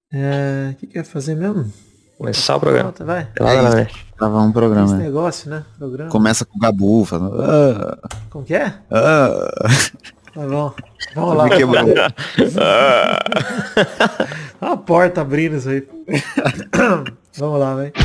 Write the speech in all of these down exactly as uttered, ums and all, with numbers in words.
É, o que que eu ia fazer mesmo? Começar o programa. Volta, vai. Pelada na net. Tava um programa. Esse né? negócio, né? Programa. Começa com o Gabu falando. Ah, Como que é? ah. Tá bom. Vamos lá. Me quebrou. A porta abrindo isso aí. Vamos lá, vai.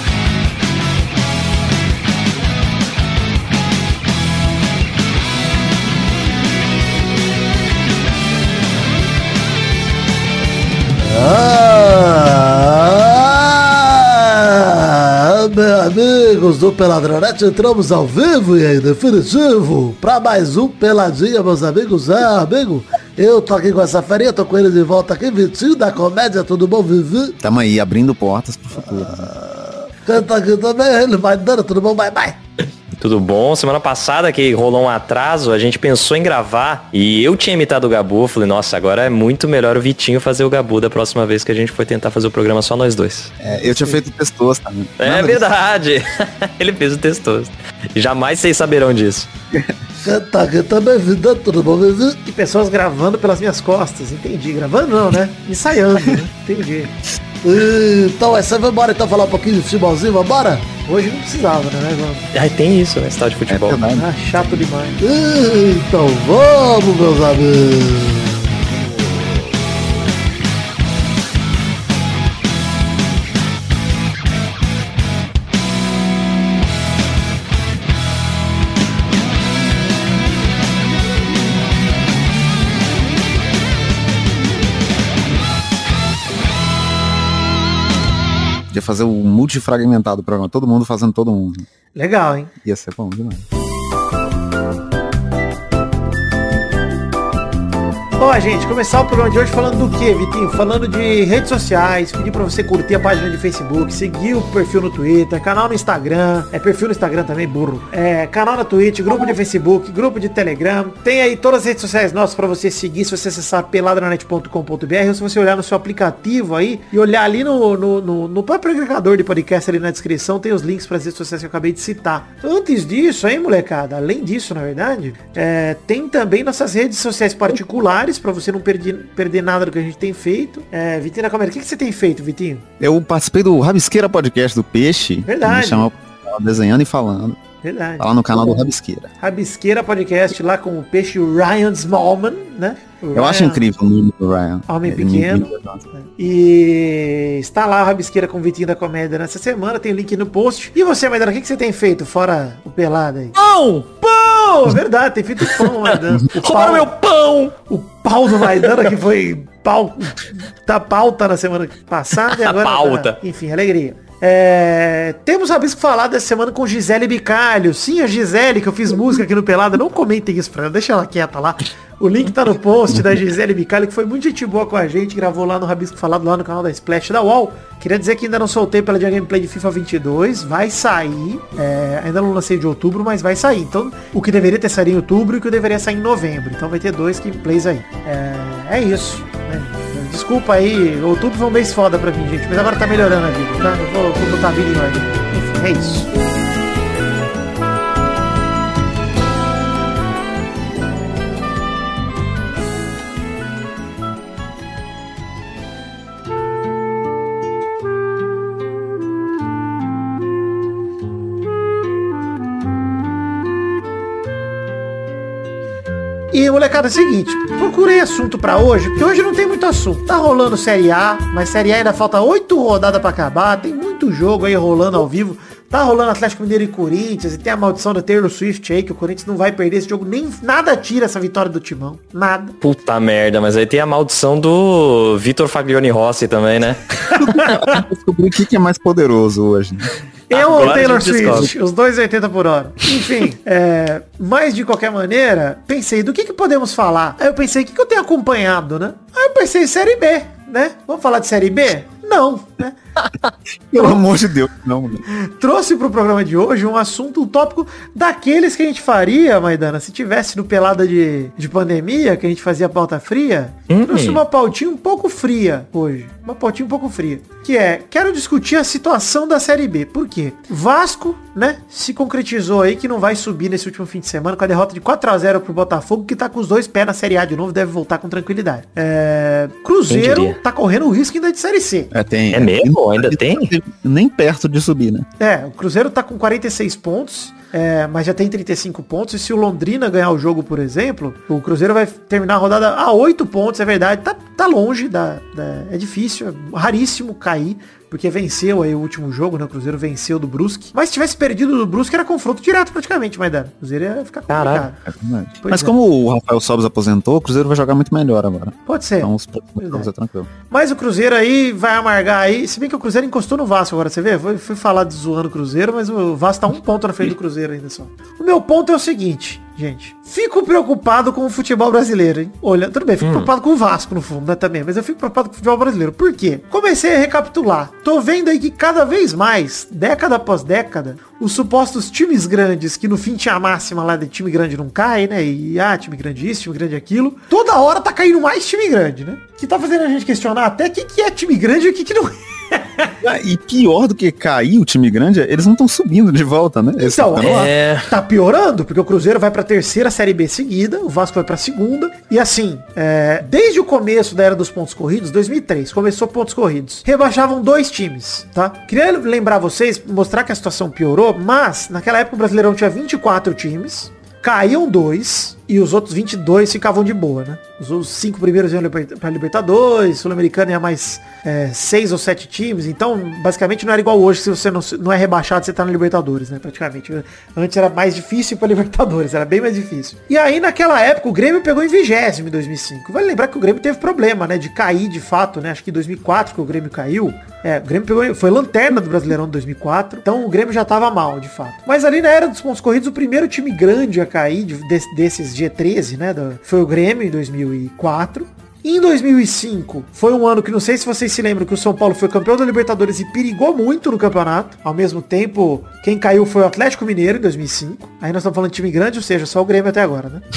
Ah, meus amigos do Peladronete, entramos ao vivo e em definitivo pra mais um Peladinha, meus amigos. Ah, amigo, eu tô aqui com essa ferinha, tô com ele de volta aqui, Vitinho da comédia, tudo bom, Vivi? Tamo aí, abrindo portas pro futuro. Quem tá aqui também, ele vai dando, tudo bom, bye bye. Tudo bom? Semana passada que rolou um atraso, a gente pensou em gravar e eu tinha imitado o Gabu. Falei, nossa, agora é muito melhor o Vitinho fazer o Gabu da próxima vez que a gente for tentar fazer o programa só nós dois. É, eu tinha feito testoso também. É Nada verdade. Ele fez o testoso. Jamais vocês saberão disso. Quem tá aqui também, vida, tudo bom, Vivi? E pessoas gravando pelas minhas costas, entendi. Gravando não, né? Ensaiando, né? Entendi. Então, é, você vai embora então falar um pouquinho de futebolzinho, vambora? Hoje não precisava, né? Vamos. Ai, tem isso, né? Esse tal de É futebol. verdade. Ah, chato demais. Então vamos, meus amigos. Podia fazer o multifragmentado programa, todo mundo fazendo todo mundo. Legal, hein? Ia ser bom demais. Ó, gente, começar o programa de hoje falando do que, Vitinho? Falando de redes sociais, pedir pra você curtir a página de Facebook, seguir o perfil no Twitter, canal no Instagram, é perfil no Instagram também, burro. É, canal na Twitch, grupo de Facebook, grupo de Telegram. Tem aí todas as redes sociais nossas pra você seguir, se você acessar peladranet ponto com ponto br ou se você olhar no seu aplicativo aí e olhar ali no, no, no, no próprio agregador de podcast ali na descrição, tem os links pras redes sociais que eu acabei de citar. Antes disso, hein, molecada, além disso, na verdade, é, tem também nossas redes sociais particulares pra você não perder, perder nada do que a gente tem feito. É, Vitinho da Câmera, o que, que você tem feito, Vitinho? Eu participei do Rabisqueira Podcast do Peixe. Verdade. Me chamou desenhando e falando. Verdade. Tá lá no canal do Rabisqueira. Rabisqueira Podcast lá com o peixe Ryan Smallman, né? O Eu acho Ryan, incrível o nome do Ryan. Homem Ele me pequeno. brinca tanto. E está lá a Rabisqueira com o Vitinho da Comédia nessa semana, tem o link no post. E você, Maidana, o que, que você tem feito fora o pelado aí? Pão! Pão! É verdade, tem feito pão, Maidana. O Roubaram meu pão! O pau do Maidana que foi pau, tá pauta na semana passada e agora Pauta. tá, enfim, alegria. É, temos Rabisco falado essa semana com Gisele Bicalho. Sim, a Gisele, que eu fiz música aqui no Pelada. Não comentem isso pra ela, deixa ela quieta lá. O link tá no post da Gisele Bicalho, que foi muito gente boa com a gente. Gravou lá no Rabisco Falado, lá no canal da Splash da U O L. Queria dizer que ainda não soltei pela dia gameplay de FIFA vinte e dois. Vai sair. É, ainda não lancei de outubro, mas vai sair. Então, o que deveria ter saído em outubro e o que deveria sair em novembro. Então vai ter dois gameplays aí. É, é isso, né? Desculpa aí, outubro foi um mês foda pra mim, gente. Mas agora tá melhorando a vida, tá? Eu vou, vou botar a vida em ordem. Enfim, é isso. E, molecada, é o seguinte, procurei assunto pra hoje, porque hoje não tem muito assunto. Tá rolando Série A, mas Série A ainda falta oito rodadas pra acabar, tem muito jogo aí rolando ao vivo. Tá rolando Atlético Mineiro e Corinthians, e tem a maldição da Taylor Swift aí, que o Corinthians não vai perder esse jogo, nem nada tira essa vitória do Timão, nada. Puta merda, mas aí tem a maldição do Vitor Faglioni Rossi também, né? Eu descobri o que que é mais poderoso hoje. Né? Eu ou Agora Taylor a gente Swift, descobre. os dois oitenta por hora. Enfim, é, mas de qualquer maneira, pensei, do que que podemos falar? Aí eu pensei, o que que eu tenho acompanhado, né? Aí eu pensei, Série B, né? Vamos falar de Série B? Não, né? Pelo amor de Deus, não, mano. Trouxe pro programa de hoje um assunto, um tópico daqueles que a gente faria, Maidana, se tivesse no Pelada de, de pandemia, que a gente fazia pauta fria. Hum. Trouxe uma pautinha um pouco fria hoje. Uma pautinha um pouco fria. Que é, quero discutir a situação da Série B. Por quê? Vasco, né, se concretizou aí que não vai subir nesse último fim de semana com a derrota de quatro a zero pro Botafogo, que tá com os dois pés na Série A de novo, deve voltar com tranquilidade. É, Cruzeiro tá correndo o risco ainda de Série C. É, tem. É mesmo? Ainda tem? Nem perto de subir, né? É, o Cruzeiro tá com quarenta e seis pontos, é, mas já tem trinta e cinco pontos, e se o Londrina ganhar o jogo, por exemplo, o Cruzeiro vai terminar a rodada a oito pontos, é verdade, tá, tá longe, da, da, é difícil, é raríssimo cair, porque venceu aí o último jogo, né? O Cruzeiro venceu do Brusque. Mas se tivesse perdido do Brusque, era confronto direto praticamente, mas o Cruzeiro ia ficar complicado. É mas é. Como o Rafael Sobis aposentou, o Cruzeiro vai jogar muito melhor agora. Pode ser. Então os próximos jogos é tranquilo. Mas o Cruzeiro aí vai amargar aí, se bem que o Cruzeiro encostou no Vasco agora, você vê? Fui, fui falar de zoando o Cruzeiro, mas o Vasco tá um ponto na frente do Cruzeiro ainda só. O meu ponto é o seguinte, gente. Fico preocupado com o futebol brasileiro, hein? Olha, tudo bem, fico hum. preocupado com o Vasco no fundo, né, também. Mas eu fico preocupado com o futebol brasileiro. Por quê? Comecei a recapitular. Tô vendo aí que cada vez mais, década após década, os supostos times grandes, que no fim tinha a máxima lá de time grande não cai, né? E, ah, time grande isso, time grande aquilo. Toda hora tá caindo mais time grande, né? Que tá fazendo a gente questionar até o que, que é time grande e o que, que não é. E pior do que cair o time grande, eles não estão subindo de volta, né? Eles então, é... tá piorando, porque o Cruzeiro vai pra terceira Série B seguida, o Vasco vai pra segunda, e assim, é... desde o começo da era dos pontos corridos, dois mil e três, começou pontos corridos, rebaixavam dois times, tá? Queria lembrar vocês, mostrar que a situação piorou, mas naquela época o Brasileirão tinha vinte e quatro times, caíam dois e os outros vinte e dois ficavam de boa, né? Os cinco primeiros iam para Libertadores, Sul-Americana ia mais é, seis ou sete times. Então, basicamente, não era igual hoje, se você não, não é rebaixado, você tá na Libertadores, né? Praticamente. Antes era mais difícil para Libertadores, era bem mais difícil. E aí, naquela época, o Grêmio pegou em vigésimo em dois mil e cinco. Vale lembrar que o Grêmio teve problema, né? De cair, de fato, né? Acho que em dois mil e quatro que o Grêmio caiu. É, o Grêmio pegou, foi lanterna do Brasileirão de dois mil e quatro. Então, o Grêmio já tava mal, de fato. Mas ali na era dos pontos corridos, o primeiro time grande a cair, de, de, desses G treze, né? Do, foi o Grêmio em dois mil e quatro. Em dois mil e cinco, foi um ano que não sei se vocês se lembram que o São Paulo foi campeão da Libertadores e perigou muito no campeonato. Ao mesmo tempo, quem caiu foi o Atlético Mineiro em dois mil e cinco. Aí nós estamos falando de time grande, ou seja, só o Grêmio até agora, né?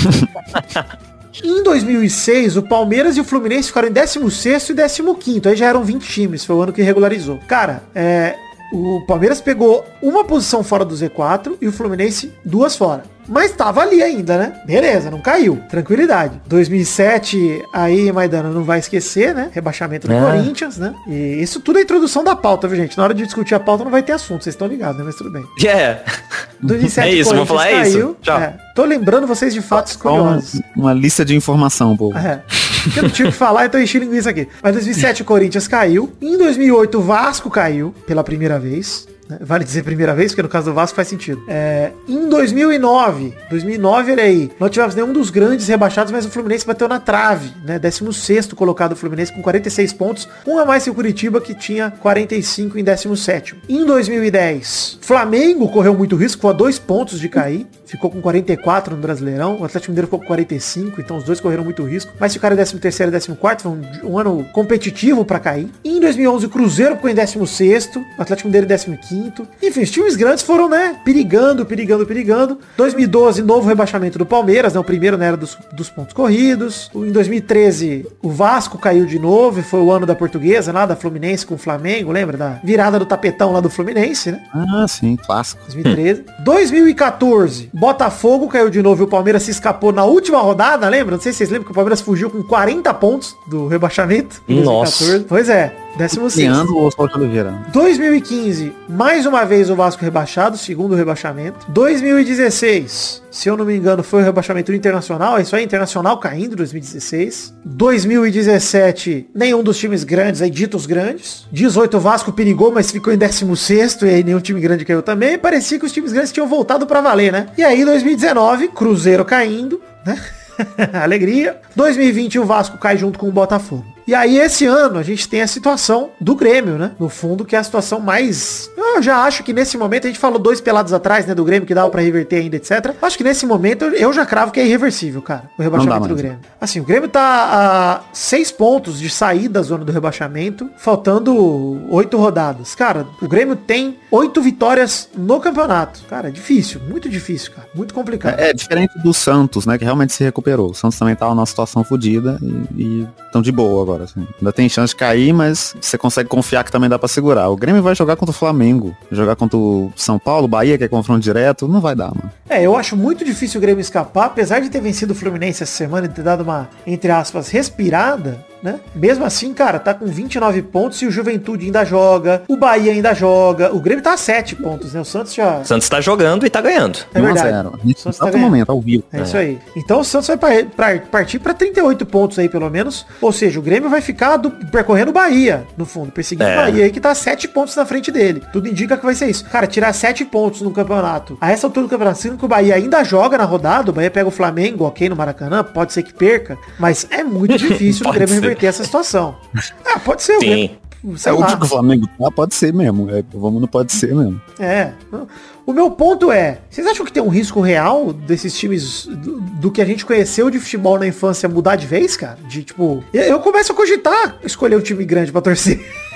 Em dois mil e seis, o Palmeiras e o Fluminense ficaram em décimo sexto e décimo quinto. Aí já eram vinte times, foi o ano que regularizou. Cara, é... o Palmeiras pegou uma posição fora do Z quatro e o Fluminense duas fora. Mas tava ali ainda, né? Beleza, não caiu. Tranquilidade. dois mil e sete, aí, Maidana, não vai esquecer, né? Rebaixamento do é. Corinthians, né? E isso tudo é introdução da pauta, viu, gente? Na hora de discutir a pauta não vai ter assunto, vocês estão ligados, né? Mas tudo bem. Yeah. dois mil e sete, é isso, vamos falar caiu. isso. Tchau. É. Tô lembrando vocês de fatos curiosos. Uma, uma lista de informação, pô. É. Eu não tinha o que falar, então eu enchi linguiça aqui. Mas em dois mil e sete o Corinthians caiu. Em dois mil e oito o Vasco caiu pela primeira vez. Vale dizer primeira vez, porque no caso do Vasco faz sentido. É, em dois mil e nove, dois mil e nove, olha aí, não tivemos nenhum dos grandes rebaixados, mas o Fluminense bateu na trave, né? décimo sexto colocado o Fluminense com quarenta e seis pontos, um a mais que o Curitiba, que tinha quarenta e cinco em décimo sétimo. Em dois mil e dez, Flamengo correu muito risco, ficou a dois pontos de cair, ficou com quarenta e quatro no Brasileirão, o Atlético Mineiro ficou com quarenta e cinco, então os dois correram muito risco, mas ficaram em décimo terceiro e décimo quarto, foi um, um ano competitivo pra cair. Em dois mil e onze, o Cruzeiro ficou em décimo sexto, o Atlético Mineiro em décimo quinto. Enfim, os times grandes foram, né, perigando, perigando, perigando. dois mil e doze, novo rebaixamento do Palmeiras, né, o primeiro na era dos, dos pontos corridos. Em dois mil e treze, o Vasco caiu de novo, e foi o ano da Portuguesa, lá da Fluminense com o Flamengo, lembra? Da virada do tapetão lá do Fluminense, né? Ah, sim, clássico. dois mil e treze. dois mil e quatorze, Botafogo caiu de novo e o Palmeiras se escapou na última rodada, lembra? Não sei se vocês lembram que o Palmeiras fugiu com quarenta pontos do rebaixamento. Em Nossa. dois mil e quatorze. Pois é. décimo sexto. O Oswaldo Oliveira. dois mil e quinze, mais uma vez o Vasco rebaixado, segundo rebaixamento. dois mil e dezesseis, se eu não me engano, foi o rebaixamento do Internacional, é isso aí, Internacional caindo em dois mil e dezesseis. dois mil e dezessete, nenhum dos times grandes, aí ditos grandes. dezoito, o Vasco perigou, mas ficou em décimo sexto, e aí nenhum time grande caiu também. E parecia que os times grandes tinham voltado pra valer, né? E aí, dois mil e dezenove, Cruzeiro caindo, né? Alegria. dois mil e vinte, o Vasco cai junto com o Botafogo. E aí esse ano a gente tem a situação do Grêmio, né? No fundo, que é a situação mais... Eu já acho que nesse momento, a gente falou dois pelados atrás, né? Do Grêmio, que dava pra reverter ainda, etcétera. Acho que nesse momento eu já cravo que é irreversível, cara. O rebaixamento do Grêmio. Assim, o Grêmio tá a seis pontos de sair da zona do rebaixamento, faltando oito rodadas. Cara, o Grêmio tem oito vitórias no campeonato. Cara, é difícil, muito difícil, cara. Muito complicado. É, é diferente do Santos, né? Que realmente se recuperou. O Santos também tava numa situação fodida e estão de boa agora, assim. Ainda tem chance de cair, mas você consegue confiar que também dá pra segurar. O Grêmio vai jogar contra o Flamengo, jogar contra o São Paulo, Bahia, que é confronto direto, não vai dar, mano. É, eu acho muito difícil o Grêmio escapar, apesar de ter vencido o Fluminense essa semana e ter dado uma, entre aspas, respirada, né? Mesmo assim, cara, tá com vinte e nove pontos e o Juventude ainda joga, o Bahia ainda joga, o Grêmio tá a sete pontos, né? O Santos já... O Santos tá jogando e tá ganhando. É verdade. A gente tá no momento, ao vivo. É, é isso aí. Então o Santos vai pra, pra, partir pra trinta e oito pontos aí, pelo menos. Ou seja, o Grêmio vai ficar do, percorrendo o Bahia, no fundo, perseguindo o é. Bahia aí, que tá sete pontos na frente dele. Tudo indica que vai ser isso. Cara, tirar sete pontos no campeonato. A essa altura do campeonato, sendo que o Bahia ainda joga na rodada, o Bahia pega o Flamengo, ok, no Maracanã, pode ser que perca, mas é muito difícil o Grêmio ser. reverter essa situação. Ah, pode ser o Grêmio. É o que o Flamengo tá, pode ser mesmo. É, vamos, não pode ser mesmo. É. O meu ponto é, vocês acham que tem um risco real desses times do, do que a gente conheceu de futebol na infância mudar de vez, cara? De tipo, eu começo a cogitar escolher um time grande pra torcer.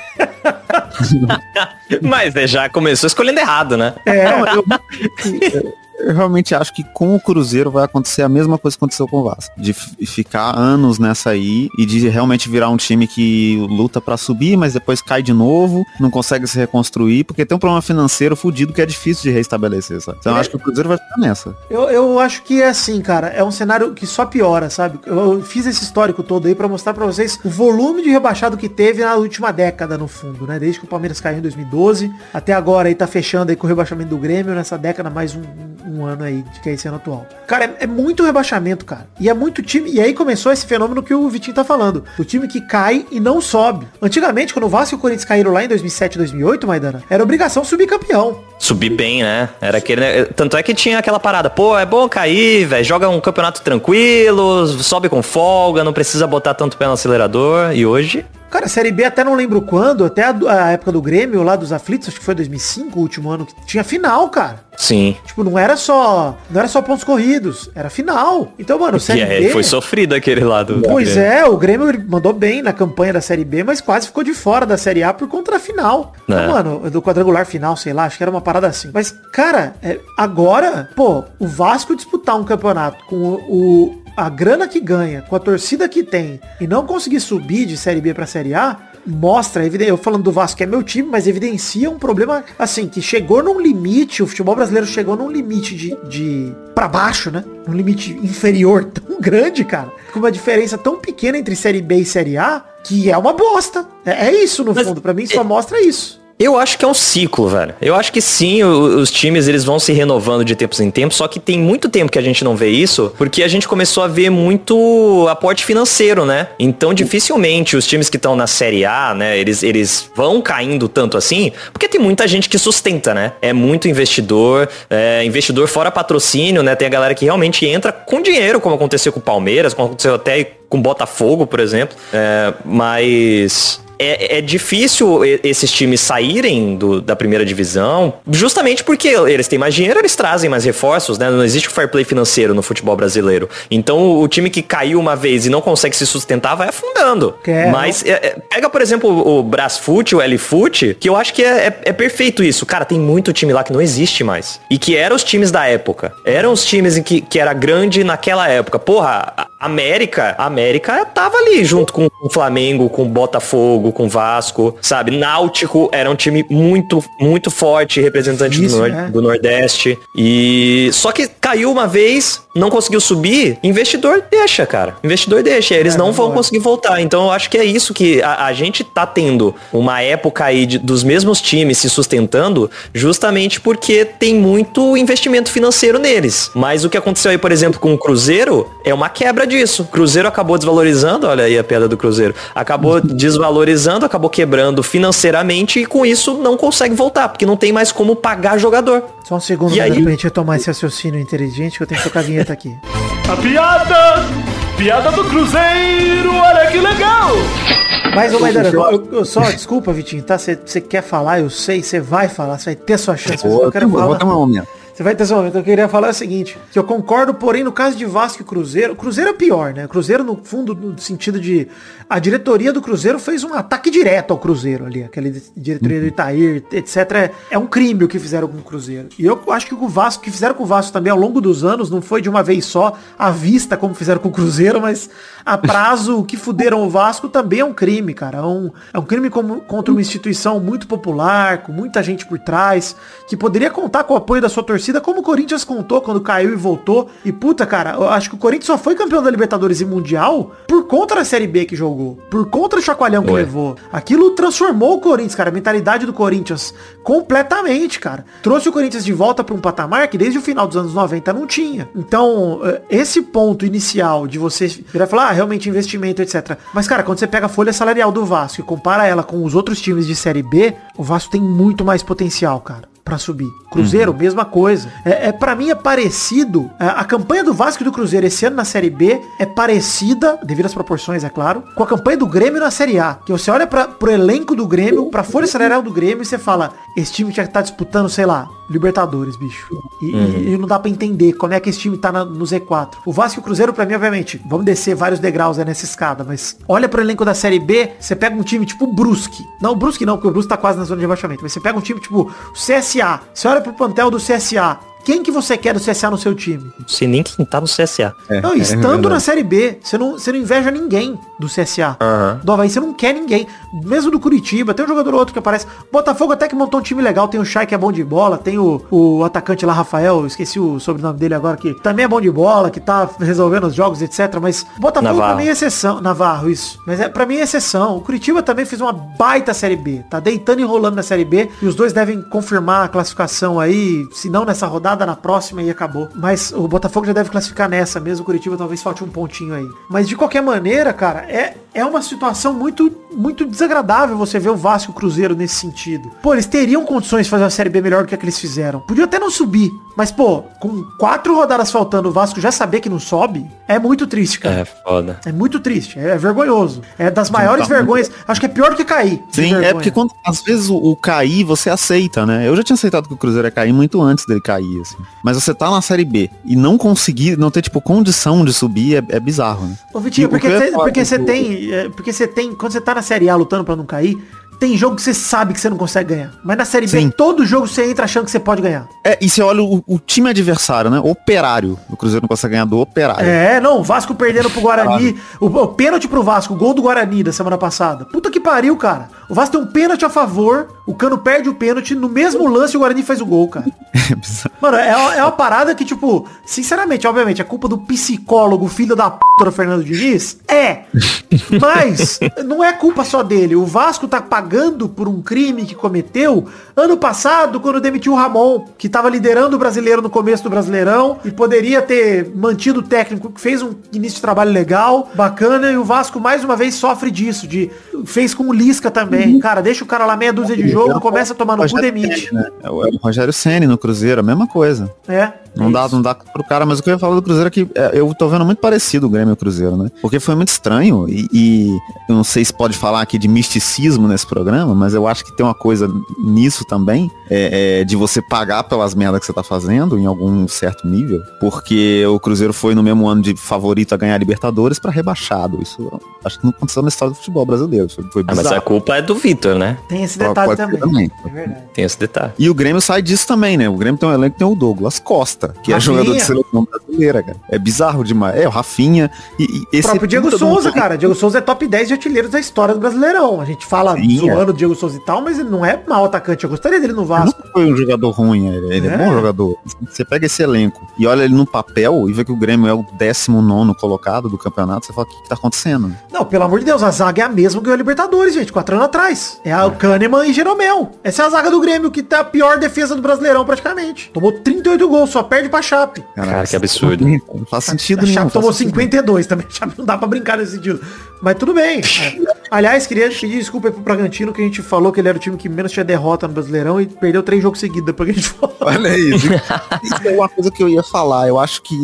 Mas já começou escolhendo errado, né? É. Não, eu, eu, eu realmente acho que com o Cruzeiro vai acontecer a mesma coisa que aconteceu com o Vasco. De f- ficar anos nessa aí e de realmente virar um time que luta pra subir, mas depois cai de novo, não consegue se reconstruir, porque tem um problema financeiro fudido que é difícil de reestabelecer, sabe? Então eu acho que o Cruzeiro vai ficar nessa. Eu, eu acho que é assim, cara, é um cenário que só piora, sabe? Eu, eu fiz esse histórico todo aí pra mostrar pra vocês o volume de rebaixado que teve na última década, no fundo, né? Desde que o Palmeiras caiu em dois mil e doze, até agora aí tá fechando aí com o rebaixamento do Grêmio, nessa década mais um, um, um ano aí, que é esse ano atual. Cara, é, é muito rebaixamento, cara. E é muito time, e aí começou esse fenômeno que o Vitinho tá falando. O time que cai e não sobe. Antigamente, quando o Vasco e o Corinthians caíram lá em dois mil e sete, dois mil e oito, Maidana, era obrigação subir campeão. Subir bem, né? Era aquele... Tanto é que tinha aquela parada, pô, é bom cair, velho, joga um campeonato tranquilo, sobe com folga, não precisa botar tanto pé no acelerador. E hoje... Cara, a Série B até não lembro quando, até a, a época do Grêmio, lá dos aflitos, acho que foi dois mil e cinco, o último ano, que tinha final, cara. Sim. Tipo, não era só, não era só pontos corridos, era final. Então, mano, o Série é, B... foi sofrido aquele lado. Pois é, o Grêmio mandou bem na campanha da Série B, mas quase ficou de fora da Série A por conta da final. É. Então, mano, do quadrangular final, sei lá, acho que era uma parada assim. Mas, cara, é, agora, pô, o Vasco disputar um campeonato com o... o a grana que ganha, com a torcida que tem, e não conseguir subir de Série B pra Série A, mostra, eu falando do Vasco que é meu time, mas evidencia um problema, assim, que chegou num limite, o futebol brasileiro chegou num limite de, de pra baixo, né? Um limite inferior tão grande, cara, com uma diferença tão pequena entre Série B e Série A, que é uma bosta. É, é isso, no mas, fundo, pra mim só mostra isso. Eu acho que é um ciclo, velho. Eu acho que sim, o, os times eles vão se renovando de tempos em tempos, só que tem muito tempo que a gente não vê isso, porque a gente começou a ver muito aporte financeiro, né? Então, dificilmente os times que estão na Série A, né, eles, eles vão caindo tanto assim, porque tem muita gente que sustenta, né? É muito investidor, é, investidor fora patrocínio, né? Tem a galera que realmente entra com dinheiro, como aconteceu com o Palmeiras, como aconteceu até com o Botafogo, por exemplo. É, mas... É, é difícil esses times saírem do, da primeira divisão, justamente porque eles têm mais dinheiro, eles trazem mais reforços, né? Não existe o fair play financeiro no futebol brasileiro. Então o time que caiu uma vez e não consegue se sustentar vai afundando. Quer, Mas é, é, pega, por exemplo, o, o Brasfoot, o L-Foot, que eu acho que é, é, é perfeito isso. Cara, tem muito time lá que não existe mais. E que eram os times da época. Eram os times em que, que era grande naquela época. Porra, a América, a América tava ali junto com o Flamengo, com o Botafogo, com o Vasco, sabe? Náutico era um time muito, muito forte, representante Isso, do, nor- né? do Nordeste. E só que caiu uma vez, não conseguiu subir, investidor deixa, cara. Investidor deixa, eles é, não vão conseguir voltar. Então eu acho que é isso que a, a gente tá tendo uma época aí de, dos mesmos times se sustentando, justamente porque tem muito investimento financeiro neles. Mas o que aconteceu aí, por exemplo, com o Cruzeiro, é uma quebra disso. O Cruzeiro acabou desvalorizando, olha aí a piada do Cruzeiro, acabou desvalorizando, acabou quebrando financeiramente e com isso não consegue voltar, porque não tem mais como pagar jogador. Só um segundo, e aí... pra gente retomar esse raciocínio inteligente que eu tenho que tocar a vinheta aqui. A piada Piada do Cruzeiro, olha que legal! Mas, ô Maidana, eu, eu só, desculpa, Vitinho, tá? Você quer falar, eu sei, você vai falar, você vai ter sua chance. Vou, eu quero eu falar. vou ter uma momento. Você vai ter seu momento. Eu queria falar o seguinte, que eu concordo, porém, no caso de Vasco e Cruzeiro, o Cruzeiro é pior, né? O Cruzeiro, no fundo, no sentido de... A diretoria do Cruzeiro fez um ataque direto ao Cruzeiro ali. Aquela diretoria do Itair, etcétera. É, é um crime o que fizeram com o Cruzeiro. E eu acho que o Vasco, que fizeram com o Vasco também ao longo dos anos, não foi de uma vez só, à vista, como fizeram com o Cruzeiro, mas a prazo, o que fuderam o Vasco também é um crime, cara. É um, é um crime como, contra uma instituição muito popular, com muita gente por trás, que poderia contar com o apoio da sua torcida, como o Corinthians contou quando caiu e voltou. E puta, cara, eu acho que o Corinthians só foi campeão da Libertadores e Mundial por conta da Série B que jogou. Por conta do chacoalhão que Ué. levou. Aquilo transformou o Corinthians, cara. A mentalidade do Corinthians completamente, cara. Trouxe o Corinthians de volta para um patamar que desde o final dos anos noventa não tinha. Então, esse ponto inicial de você virar e falar, ah, realmente investimento, etcétera. Mas, cara, quando você pega a folha salarial do Vasco e compara ela com os outros times de Série B, o Vasco tem muito mais potencial, cara, pra subir. Cruzeiro, uhum. mesma coisa. É, é, pra mim é parecido. A, a campanha do Vasco e do Cruzeiro esse ano na Série B é parecida, devido às proporções, é claro, com a campanha do Grêmio na Série A. Que você olha pra, pro elenco do Grêmio, pra folha salarial do Grêmio e você fala, esse time já tá disputando, sei lá, Libertadores, bicho. E, uhum. e, e não dá pra entender como é que esse time tá na, no Z quatro. O Vasco e o Cruzeiro, pra mim, obviamente, vamos descer vários degraus aí nessa escada, mas olha pro elenco da Série B, você pega um time tipo o Brusque. Não, o Brusque não, porque o Brusque tá quase na zona de rebaixamento, mas você pega um time tipo o C S A. Você olha pro plantel do C S A. Quem que você quer do C S A no seu time? Não sei nem quem tá no C S A. É, não, estando é na Série B, você não, você não inveja ninguém do C S A. Uhum. Do Avaí, você não quer ninguém. Mesmo do Curitiba, tem um jogador ou outro que aparece. Botafogo até que montou um time legal. Tem o Chay, que é bom de bola. Tem o, o atacante lá, Rafael, esqueci o sobrenome dele agora, que também é bom de bola, que tá resolvendo os jogos, etcétera. Mas Botafogo Navarro. Pra mim é exceção. Navarro, isso. Mas é, pra mim é exceção. O Curitiba também fez uma baita Série B. Tá deitando e enrolando na Série B. E os dois devem confirmar a classificação aí. Se não nessa rodada, na próxima e acabou. Mas o Botafogo já deve classificar nessa mesmo. O Curitiba talvez falte um pontinho aí. Mas de qualquer maneira, cara, é, é uma situação muito, muito desagradável você ver o Vasco e o Cruzeiro nesse sentido. Pô, eles teriam condições de fazer uma Série B melhor do que a que eles fizeram. Podiam até não subir. Mas, pô, com quatro rodadas faltando, o Vasco já saber que não sobe, é muito triste, cara. É foda. É muito triste. É, é vergonhoso. É das maiores vergonhas. Acho que é pior do que cair. Sim, é porque quando, às vezes o, o cair você aceita, né? Eu já tinha aceitado que o Cruzeiro ia cair muito antes dele cair, assim. Mas você tá na Série B e não conseguir, não ter, tipo, condição de subir é, é bizarro, né? Ô, Vitinho, E porque o que eu ia você falar porque do- você tem, é, porque você tem, quando você tá na Série A lutando pra não cair, tem jogo que você sabe que você não consegue ganhar. Mas na Série B, Sim. todo jogo você entra achando que você pode ganhar. É, e você olha o, o time adversário, né? Operário. O Cruzeiro não consegue ganhar do Operário. É, não, o Vasco perdendo pro Guarani, o, o pênalti pro Vasco, o gol do Guarani da semana passada. Puta que pariu, cara. O Vasco tem um pênalti a favor, o Cano perde o pênalti, no mesmo lance o Guarani faz o gol, cara. É bizarro. Mano, é, uma- é uma parada que, tipo, sinceramente, obviamente, é culpa do psicólogo, filho da p do Fernando Diniz? É. Mas não é culpa só dele. O Vasco tá pagando por um crime que cometeu ano passado, quando demitiu o Ramon, que tava liderando o brasileiro no começo do Brasileirão e poderia ter mantido o técnico, que fez um início de trabalho legal, bacana, e o Vasco mais uma vez sofre disso, de fez com o Lisca também. Cara, deixa o cara lá meia dúzia de jogo, começa a tomar no cu, Rogério demite. Ceni, né? É o, é o Rogério Ceni no Cruzeiro, a mesma coisa. É. Não é dá, isso. não dá pro cara, mas o que eu ia falar do Cruzeiro é que é, eu tô vendo muito parecido o Grêmio e o Cruzeiro, né? Porque foi muito estranho e, e eu não sei se pode falar aqui de misticismo nesse programa, mas eu acho que tem uma coisa nisso também, é, é, de você pagar pelas merdas que você tá fazendo em algum certo nível, porque o Cruzeiro foi no mesmo ano de favorito a ganhar Libertadores pra rebaixado. Isso eu acho que não aconteceu na história do futebol brasileiro. Isso foi Ah, mas bizarro. a culpa é do Vitor, né? Tem esse Pode- detalhe pode ser também. também. É verdade. Tem esse detalhe. E o Grêmio sai disso também, né? O Grêmio tem um elenco que tem o Douglas Costa, que é Rafinha. jogador de seleção brasileira, cara. É bizarro demais. É, o Rafinha. E, e O esse próprio Diego puta Souza, do- cara. Diego Souza é top dez de artilheiros da história do Brasileirão. A gente fala Sim, zoando o Diego Souza e tal, mas ele não é mau atacante. Eu gostaria dele no Ele Vasco. nunca foi um jogador ruim, ele, ele é. É. bom jogador. Você pega esse elenco e olha ele no papel e vê que o Grêmio é o décimo nono colocado do campeonato, você fala, o que, que tá acontecendo? Não, pelo amor de Deus, a zaga é a mesma que o Libertadores, gente, quatro anos atrás. É o Kahneman e Jeromel. Essa é a zaga do Grêmio, que tá a pior defesa do Brasileirão praticamente. Tomou trinta e oito gols, só perde pra Chape. Cara, que absurdo. Não faz sentido A nenhum. Chape não tomou faz sentido cinquenta e dois também. A Chape não dá pra brincar nesse sentido. Mas tudo bem. É. Aliás, queria pedir desculpa aí pro Bragantino, que a gente falou que ele era o time que menos tinha derrota no Brasileirão e perdeu três jogos seguidos depois que a gente falou. Olha isso. Isso é uma coisa que eu ia falar. Eu acho que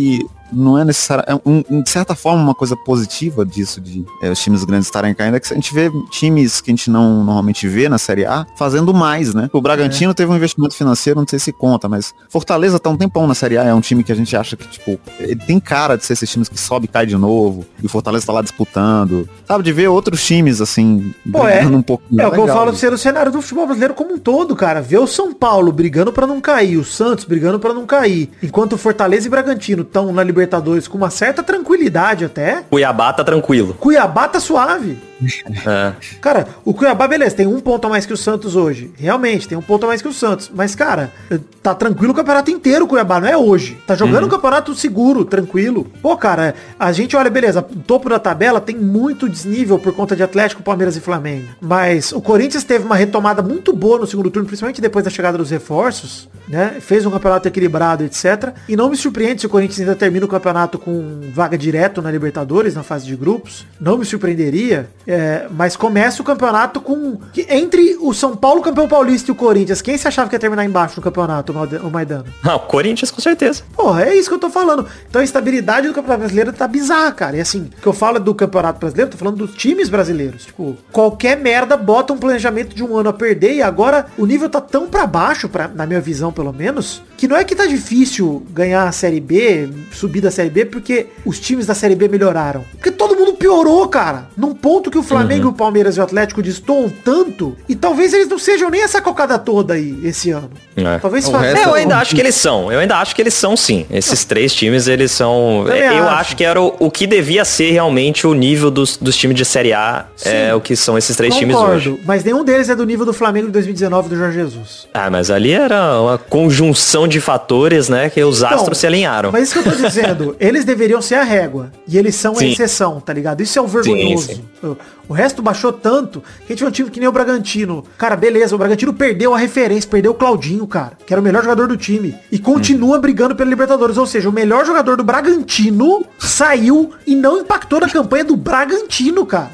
não é necessário, é um, um, de certa forma uma coisa positiva disso, de é, os times grandes estarem caindo, é que a gente vê times que a gente não normalmente vê na Série A fazendo mais, né? O Bragantino é. teve um investimento financeiro, não sei se conta, mas Fortaleza tá um tempão na Série A, é um time que a gente acha que, tipo, ele tem cara de ser esses times que sobe e cai de novo, e o Fortaleza tá lá disputando, sabe? De ver outros times, assim, Pô, é, um pouco. É o que eu falo de ser o cenário do futebol brasileiro como um todo, cara. Ver o São Paulo brigando pra não cair, o Santos brigando pra não cair, enquanto o Fortaleza e Bragantino estão na Libertadores com uma certa tranquilidade até. Cuiabá tá tranquilo. Cuiabá tá suave. É. Cara, o Cuiabá, beleza, tem um ponto a mais que o Santos hoje. Realmente, tem um ponto a mais que o Santos. Mas, cara, tá tranquilo o campeonato inteiro o Cuiabá, não é hoje. Tá jogando o uhum. um campeonato seguro, tranquilo. Pô, cara, a gente olha, beleza, o topo da tabela tem muito desnível por conta de Atlético, Palmeiras e Flamengo. Mas o Corinthians teve uma retomada muito boa no segundo turno, principalmente depois da chegada dos reforços, né? Fez um campeonato equilibrado, etcétera. E não me surpreende se o Corinthians ainda termina o campeonato com vaga direto na Libertadores, na fase de grupos. Não me surpreenderia. É, mas começa o campeonato com... Que entre o São Paulo, campeão paulista, e o Corinthians, quem você achava que ia terminar embaixo no campeonato, o Maidano? Ah, o Corinthians, com certeza. Porra, é isso que eu tô falando. Então a estabilidade do campeonato brasileiro tá bizarra, cara. E assim, o que eu falo do campeonato brasileiro, tô falando dos times brasileiros. Tipo, qualquer merda bota um planejamento de um ano a perder e agora o nível tá tão pra baixo, pra, na minha visão pelo menos, que não é que tá difícil ganhar a Série B, subir da Série B, porque os times da Série B melhoraram. Porque todo mundo piorou, cara. Num ponto que o Flamengo, uhum. o Palmeiras e o Atlético destoam tanto, e talvez eles não sejam nem essa cocada toda aí, esse ano. É. Talvez faça... é, eu ainda acho que eles são. Eu ainda acho que eles são, sim. Esses três times, eles são... Eu, eu acho. acho que era o, o que devia ser realmente o nível dos, dos times de Série A, sim. é o que são esses três Concordo, times hoje. Mas nenhum deles é do nível do Flamengo de dois mil e dezenove do Jorge Jesus. Ah, mas ali era uma conjunção de fatores, né, que os então, astros se alinharam. Mas isso que eu tô dizendo, eles deveriam ser a régua, e eles são sim. a exceção, tá ligado? Isso é o vergonhoso. Sim, sim. O resto baixou tanto que a gente viu um time que nem o Bragantino. Cara, beleza, o Bragantino perdeu a referência, perdeu o Claudinho, cara, que era o melhor jogador do time. E continua hum. brigando pela Libertadores. Ou seja, o melhor jogador do Bragantino saiu e não impactou na campanha do Bragantino, cara.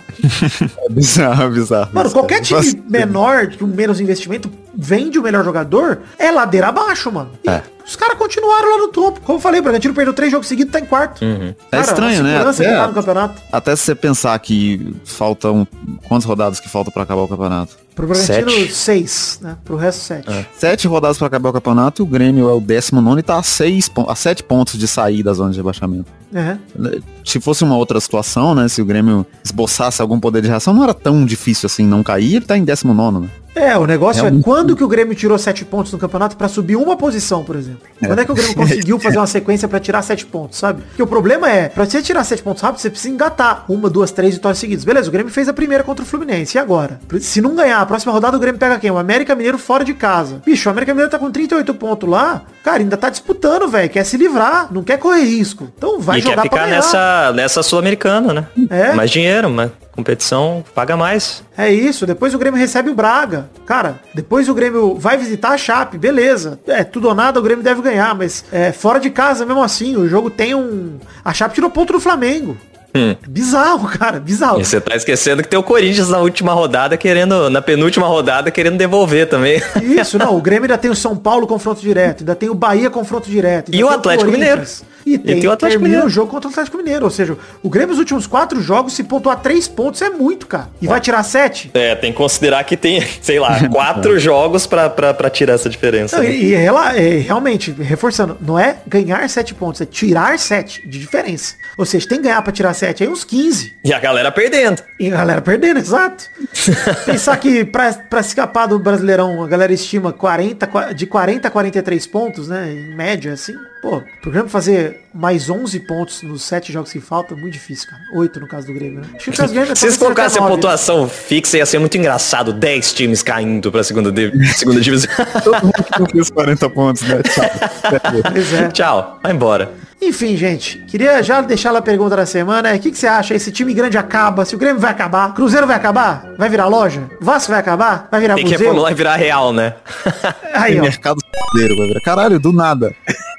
É bizarro, é bizarro. Mano, qualquer time menor, com menos investimento, vende o melhor jogador, é ladeira abaixo, mano. E é. Os caras continuaram lá no topo. Como eu falei, o Bragantino perdeu três jogos seguidos, tá em quarto. Uhum. Cara, é estranho, né? Até, tá no campeonato. Até se você pensar que faltam... Quantas rodadas que faltam pra acabar o campeonato? Pro Bragantino, sete. seis, né? Pro resto, sete. É. Sete rodadas pra acabar o campeonato e o Grêmio é o décimo nono e tá a, seis, a sete pontos de sair da zona de rebaixamento. É. Se fosse uma outra situação, né? Se o Grêmio esboçasse algum poder de reação, não era tão difícil assim não cair, ele tá em décimo nono, né? É, o negócio é, é quando que o Grêmio tirou sete pontos no campeonato pra subir uma posição, por exemplo. É. Quando é que o Grêmio conseguiu fazer uma sequência pra tirar sete pontos, sabe? Porque o problema é, pra você tirar sete pontos rápido, você precisa engatar uma, duas, três vitórias seguidas. Beleza, o Grêmio fez a primeira contra o Fluminense, e agora? Se não ganhar a próxima rodada, o Grêmio pega quem? O América Mineiro fora de casa. Bicho, o América Mineiro tá com trinta e oito pontos lá, cara, ainda tá disputando, velho, quer se livrar, não quer correr risco. Então vai e jogar quer pra ficar ganhar. nessa, nessa Sul-Americana, né? É. Mais dinheiro, mas competição paga mais. É isso, depois o Grêmio recebe o Braga. Cara, depois o Grêmio vai visitar a Chape, beleza. É, tudo ou nada o Grêmio deve ganhar, mas é, fora de casa mesmo assim, o jogo tem um... A Chape tirou ponto do Flamengo. Hum. Bizarro, cara, bizarro. E você tá esquecendo que tem o Corinthians na última rodada querendo, na penúltima rodada querendo devolver também. Isso, não, o Grêmio ainda tem o São Paulo confronto direto, ainda tem o Bahia confronto direto. E o Atlético Mineiro. E tem, e tem o Atlético termina Mineiro. o jogo contra o Atlético Mineiro. Ou seja, o Grêmio nos últimos quatro jogos, se pontuar três pontos, é muito, cara. E é. vai tirar sete? É, tem que considerar que tem, sei lá, quatro jogos pra, pra, pra tirar essa diferença. Não, né? E, e é, realmente, reforçando, não é ganhar sete pontos, é tirar sete de diferença. Ou seja, tem que ganhar pra tirar sete, aí uns quinze. E a galera perdendo. E a galera perdendo, exato. Pensar que pra, pra escapar do Brasileirão, a galera estima quarenta, de quarenta a quarenta e três pontos, né? Em média, assim. Pô, pro Grêmio fazer mais onze pontos nos sete jogos que faltam, é muito difícil, cara. oito no caso do Grêmio, né? Acho que o Grêmio, se vocês colocassem a pontuação fixa, ia ser muito engraçado. dez times caindo pra segunda, de... segunda divisão. Todo mundo que não fez quarenta pontos, né? Tchau. Pois é. Tchau, vai embora. Enfim, gente, queria já deixar a pergunta da semana. O que, que você acha? Esse time grande acaba? Se o Grêmio vai acabar? Cruzeiro vai acabar? Vai virar loja? Vasco vai acabar? Vai virar Tem museu? que reformular e virar real, né? Aí, ó. Mercado vai virar. Caralho, do nada.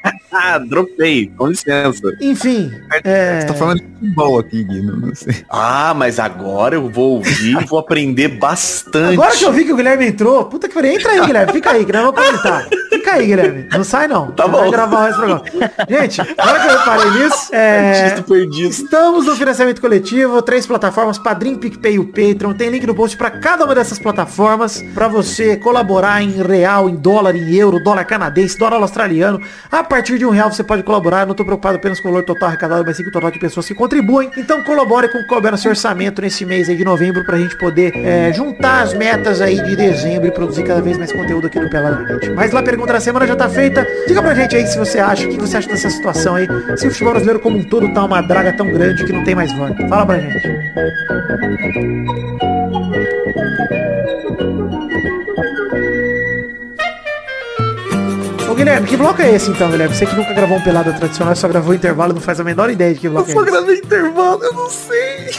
Ah, dropei, com licença. Enfim, é... Você tá falando de futebol aqui, Gui, não sei. Ah, mas agora eu vou ouvir e vou aprender bastante. Agora que eu vi que o Guilherme entrou, puta que pariu, entra aí, Guilherme, fica aí, que nós vamos comentar. Fica aí, Guilherme. Não sai, não. Tá Você bom. Vai gravar o resto do programa. Gente, agora que eu reparei nisso, é... Artista perdido. estamos no financiamento coletivo, três plataformas, Padrim, PicPay e o Patreon. Tem link no post pra cada uma dessas plataformas pra você colaborar em real, em dólar, em euro, dólar canadense, dólar australiano. A partir de um real você pode colaborar. Eu não tô preocupado apenas com o valor total arrecadado, mas sim com o total de pessoas que contribuem. Então colabore com o que couber no seu orçamento nesse mês aí de novembro pra gente poder é, juntar as metas aí de dezembro e produzir cada vez mais conteúdo aqui no Pelada na Net. Mas lá a pergunta da semana já tá feita. Diga pra gente aí se você acha, o que você acha dessa situação aí, se o futebol brasileiro como um todo tá uma draga tão grande que não tem mais volta. Fala pra gente. Ô Guilherme, que bloco é esse então, Guilherme? Você que nunca gravou um Pelada tradicional, só gravou intervalo, não faz a menor ideia de que bloco é esse. Eu só gravei intervalo, eu não sei.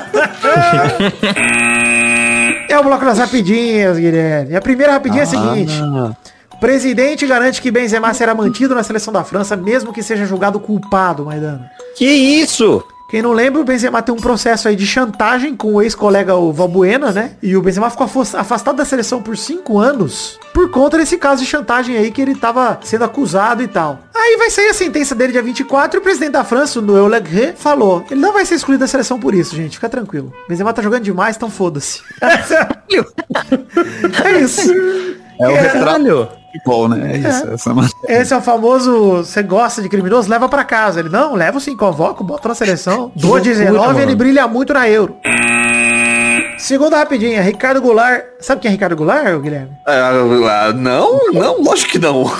É o bloco das rapidinhas, Guilherme. A primeira rapidinha é a seguinte. Presidente garante que Benzema será mantido na seleção da França, mesmo que seja julgado culpado, Maidana. Que isso? Quem não lembra, o Benzema tem um processo aí de chantagem com o ex-colega o Valbuena, né? E o Benzema ficou afastado da seleção por cinco anos por conta desse caso de chantagem aí que ele tava sendo acusado e tal. Aí vai sair a sentença dele dia vinte e quatro e o presidente da França, o Noël Le Gret, falou: ele não vai ser excluído da seleção por isso, gente. Fica tranquilo. O Benzema tá jogando demais, então foda-se. É isso. É o retrato Caralho. futebol, né? É isso. É. Essa matéria. Esse é o famoso, você gosta de criminoso, leva pra casa. Ele, não, leva sim, convoco, bota na seleção. Do dezenove, ele brilha muito na Euro. Segunda rapidinha, Ricardo Goulart. Sabe quem é Ricardo Goulart, Guilherme? Ah, ah, não, não, lógico que não.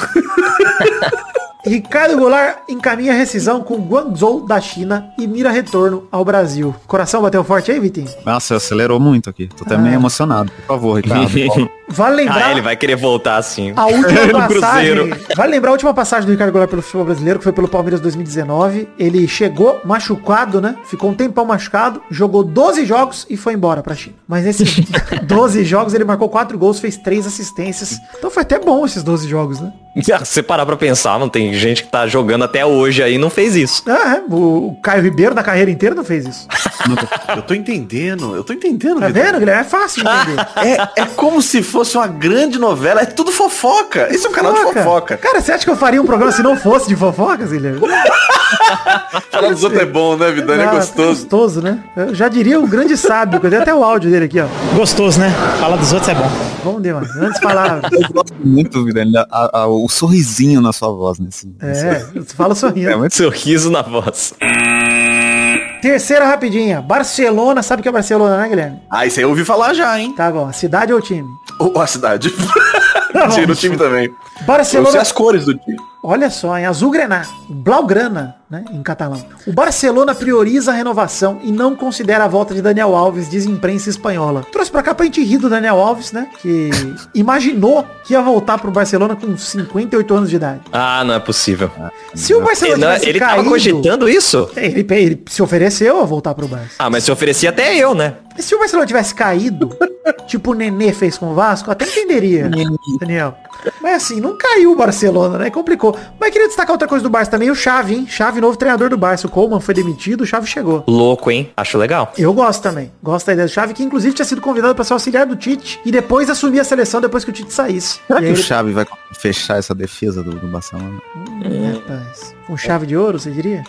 Ricardo Goulart encaminha rescisão com Guangzhou da China e mira retorno ao Brasil. Coração bateu forte aí, Vitinho? Nossa, acelerou muito aqui. Tô até Ah. meio emocionado. Por favor, Ricardo. Vale lembrar... Ah, ele vai querer voltar assim. A última No passagem, Cruzeiro. vale lembrar a última passagem do Ricardo Goulart pelo futebol brasileiro, que foi pelo Palmeiras dois mil e dezenove. Ele chegou machucado, né? Ficou um tempão machucado, jogou doze jogos e foi embora pra China. Mas nesses doze jogos ele marcou quatro gols, fez três assistências. Então foi até bom esses doze jogos, né? Se você parar pra pensar, não tem gente que tá jogando até hoje aí e não fez isso. Ah, é. O o Caio Ribeiro na carreira inteira não fez isso. Eu tô entendendo, eu tô entendendo. Tá Vitor. vendo, Guilherme? É fácil de entender. É, é como se fosse uma grande novela, é tudo fofoca. Esse é um canal de fofoca. Cara, você acha que eu faria um programa se não fosse de fofocas, Guilherme? Falar dos outros é bom, né, Vidani? É Ah, gostoso. Gostoso, né? Eu já diria o grande sábio, que eu dei até o áudio dele aqui, ó. Gostoso, né? Falar dos outros é bom. Vamos ver, mano. Grandes palavras. Eu gosto muito, Vidani, a- a- o sorrisinho na sua voz nesse. nesse- É, você fala sorrindo. É muito Sorriso na voz. Terceira rapidinha. Barcelona, sabe o que é Barcelona, né, Guilherme? Ah, isso aí eu ouvi falar já, hein? Tá bom. Cidade ou time? Ou a cidade. Tá bom. Tira o time também. Eu sei Barcelona. as cores do time. Olha só, em azulgrana, blaugrana, né, em catalão. O Barcelona prioriza a renovação e não considera a volta de Daniel Alves, diz a imprensa espanhola. Trouxe pra cá pra gente rir do Daniel Alves, né, que imaginou que ia voltar pro Barcelona com cinquenta e oito anos de idade. Ah, não é possível. Se o Barcelona Ele, não- tivesse ele caído, tava cogitando isso? ele, ele se ofereceu a voltar pro Barça. Ah, mas se oferecia até eu, né? Mas se o Barcelona tivesse caído, tipo o Nenê fez com o Vasco, eu até entenderia, Daniel. Mas assim, não caiu o Barcelona, né? Complicou. Mas queria destacar outra coisa do Barça também, o Xavi, hein? Xavi, novo treinador do Barça. O Koeman foi demitido, o Xavi chegou. Louco, hein? Acho legal. Eu gosto também. Gosto da ideia do Xavi, que inclusive tinha sido convidado para ser auxiliar do Tite e depois assumir a seleção depois que o Tite saísse. Será E que aí o ele- Xavi vai fechar essa defesa do, do Barcelona? Hum, rapaz. Com chave de ouro, você diria?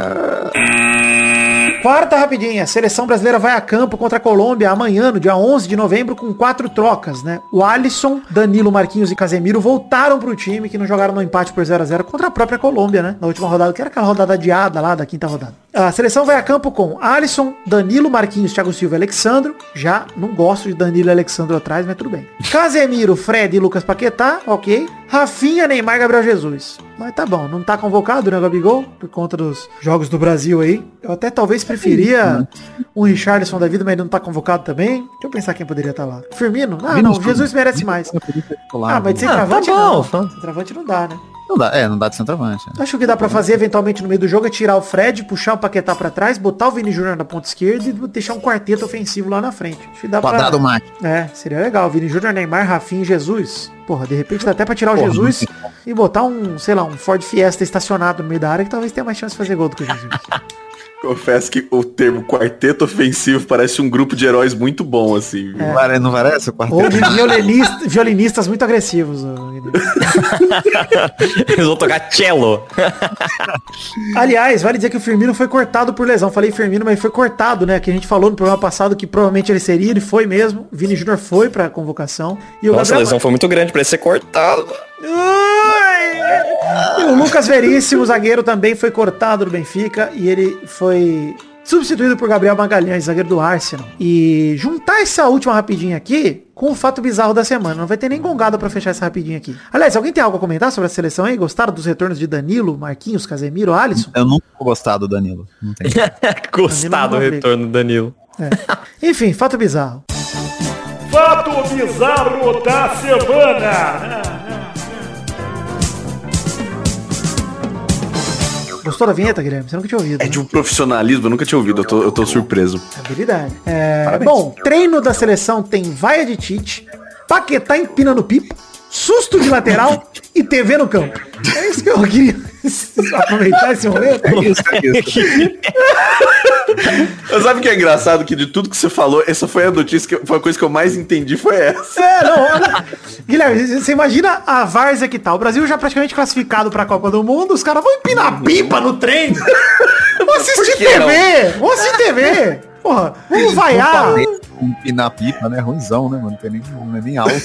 Quarta rapidinha. Seleção brasileira vai a campo contra a Colômbia amanhã, no dia onze de novembro, com quatro trocas, né? O Alisson, Danilo, Marquinhos e Casemiro voltaram pro time, que não jogaram no empate por zero a zero contra a própria Colômbia, né? Na última rodada, que era aquela rodada adiada lá da quinta rodada. A seleção vai a campo com Alisson, Danilo, Marquinhos, Thiago Silva e Alexandro. Já não gosto de Danilo e Alexandro atrás, mas tudo bem. Casemiro, Fred e Lucas Paquetá, ok. Rafinha, Neymar, Gabriel Jesus. Mas tá bom, não tá convocado, né, Gabigol? Por conta dos jogos do Brasil aí. Eu até talvez preferia um Richarlison da vida, mas ele não tá convocado também. Deixa eu pensar quem poderia estar lá. Firmino? Ah, não, Jesus merece mais. Ah, mas de centroavante Ah, tá bom. não. Centroavante não dá, né? Não dá, é, não dá de centroavante. né? Acho que o que dá pra fazer eventualmente no meio do jogo é tirar o Fred, puxar o Paquetá pra trás, botar o Vini Júnior na ponta esquerda e deixar um quarteto ofensivo lá na frente. Acho que dá Quadrado pra... mágico. É, seria legal. Vini Júnior, Neymar, Rafinha e Jesus. Porra, de repente dá até pra tirar o Porra, Jesus e botar um, sei lá, um Ford Fiesta estacionado no meio da área que talvez tenha mais chance de fazer gol do que o Jesus. Confesso que o termo quarteto ofensivo parece um grupo de heróis muito bom, assim. viu? Não pare- Não parece o quarteto? Ou de violinista- violinistas muito agressivos. ó. Guilherme. Eles vão tocar cello. Aliás, vale dizer que o Firmino foi cortado por lesão. Falei Firmino, mas foi cortado, né? Que a gente falou no programa passado que provavelmente ele seria, ele foi mesmo. O Vini Júnior foi pra convocação. E o Nossa, Gabriel... a lesão foi muito grande pra ele ser cortado. E o Lucas Veríssimo, zagueiro, também foi cortado do Benfica. E ele foi substituído por Gabriel Magalhães, zagueiro do Arsenal. E juntar essa última rapidinha aqui com o fato bizarro da semana. Não vai ter nem gongada pra fechar essa rapidinha aqui. Aliás, alguém tem algo a comentar sobre a seleção aí? Gostaram dos retornos de Danilo, Marquinhos, Casemiro, Alisson? Eu nunca vou gostar do Danilo. Não tem. Gostado do retorno do Danilo. É. Enfim, fato bizarro. Fato bizarro da semana. Gostou da vinheta, Guilherme? Você nunca tinha ouvido. É né? de um profissionalismo, eu nunca tinha ouvido, eu tô, eu tô surpreso. Habilidade. É, bom, treino da seleção tem vaia de Tite, Paquetá empinando pipa, susto de lateral e T V no campo. É isso que eu queria aproveitar esse momento. É isso, é isso. Mas sabe o que é engraçado? Que de tudo que você falou, essa foi a notícia, que foi a coisa que eu mais entendi, foi essa. É, não, olha. Guilherme, você imagina a várzea que tá. O Brasil já praticamente classificado pra Copa do Mundo, os caras vão empinar pipa no treino. Vamos assistir T V! Não? Vamos assistir T V! Porra, vamos vaiar! Empinar pipa, né? Ruizão, né, mano? Não tem nem, não é nem alto.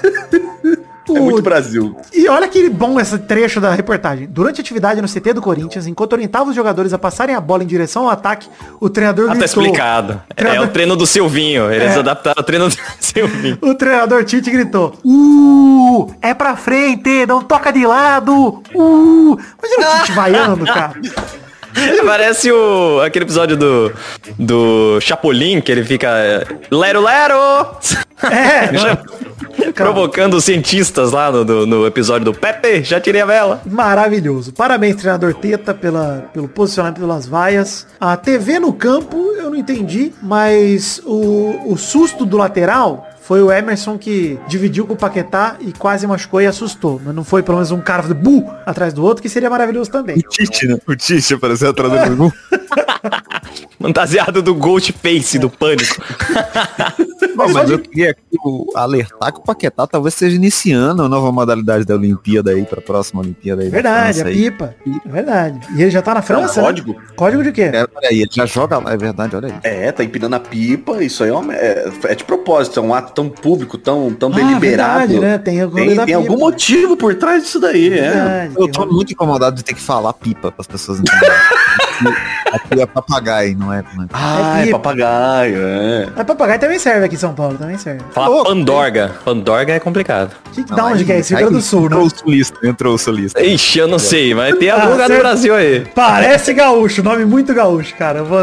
É muito Brasil. E olha que bom esse trecho da reportagem. Durante a atividade no C T do Corinthians, enquanto orientava os jogadores a passarem a bola em direção ao ataque, o treinador Ah, tá gritou... explicado. Treinador... É o treino do Silvinho. Eles É. adaptaram o treino do Silvinho. O treinador Tite gritou: Uh, é pra frente, não toca de lado. Uh. Imagina o Tite vaiando, cara. Parece o, aquele episódio do, do Chapolin, que ele fica... é, Lero, lero! É, Já- provocando os cientistas lá no, no, no episódio do Pepe, já tirei a vela. maravilhoso. Parabéns, treinador Teta, pela, pelo posicionamento pelas vaias. A T V no campo, eu não entendi, mas o, o susto do lateral foi o Emerson que dividiu com o Paquetá e quase machucou e assustou. Mas não foi pelo menos um cara de bu atrás do outro, que seria maravilhoso também. O Tite, né? O Tite apareceu atrás do Gugu. Fantasiado do Ghostface, do Pânico. Mas, mas eu queria aqui o- alertar que o Paquetá talvez esteja iniciando a nova modalidade da Olimpíada aí, pra próxima Olimpíada aí. da Verdade, França a aí. pipa. É verdade. E ele já tá na França, É um né? código? Código de quê? É, olha aí, ele já joga lá, é verdade, olha aí. É, tá empinando a pipa, isso aí é, uma, é, é de propósito, é um ato tão público, tão, tão Ah, deliberado. verdade, né? Tem, o rolê Tem, da tem pipa. algum motivo por trás disso daí, é. Verdade, Eu tem tô um- muito incomodado de ter que falar pipa para as pessoas entenderem. Aqui é papagaio, não é? Não é. Ah, É é pipa. papagaio, é. Mas papagaio também serve aqui em São Paulo, também serve. Fala Pandorga. Pandorga é complicado. Que, da Não, onde aí- que é esse? Rio aí Grande do Sul, entrou né? o solista, entrou o solista. Ixi, eu não sei, mas tem Ah, algum lugar do certo. Brasil aí. Parece gaúcho, nome muito gaúcho, cara. Eu vou...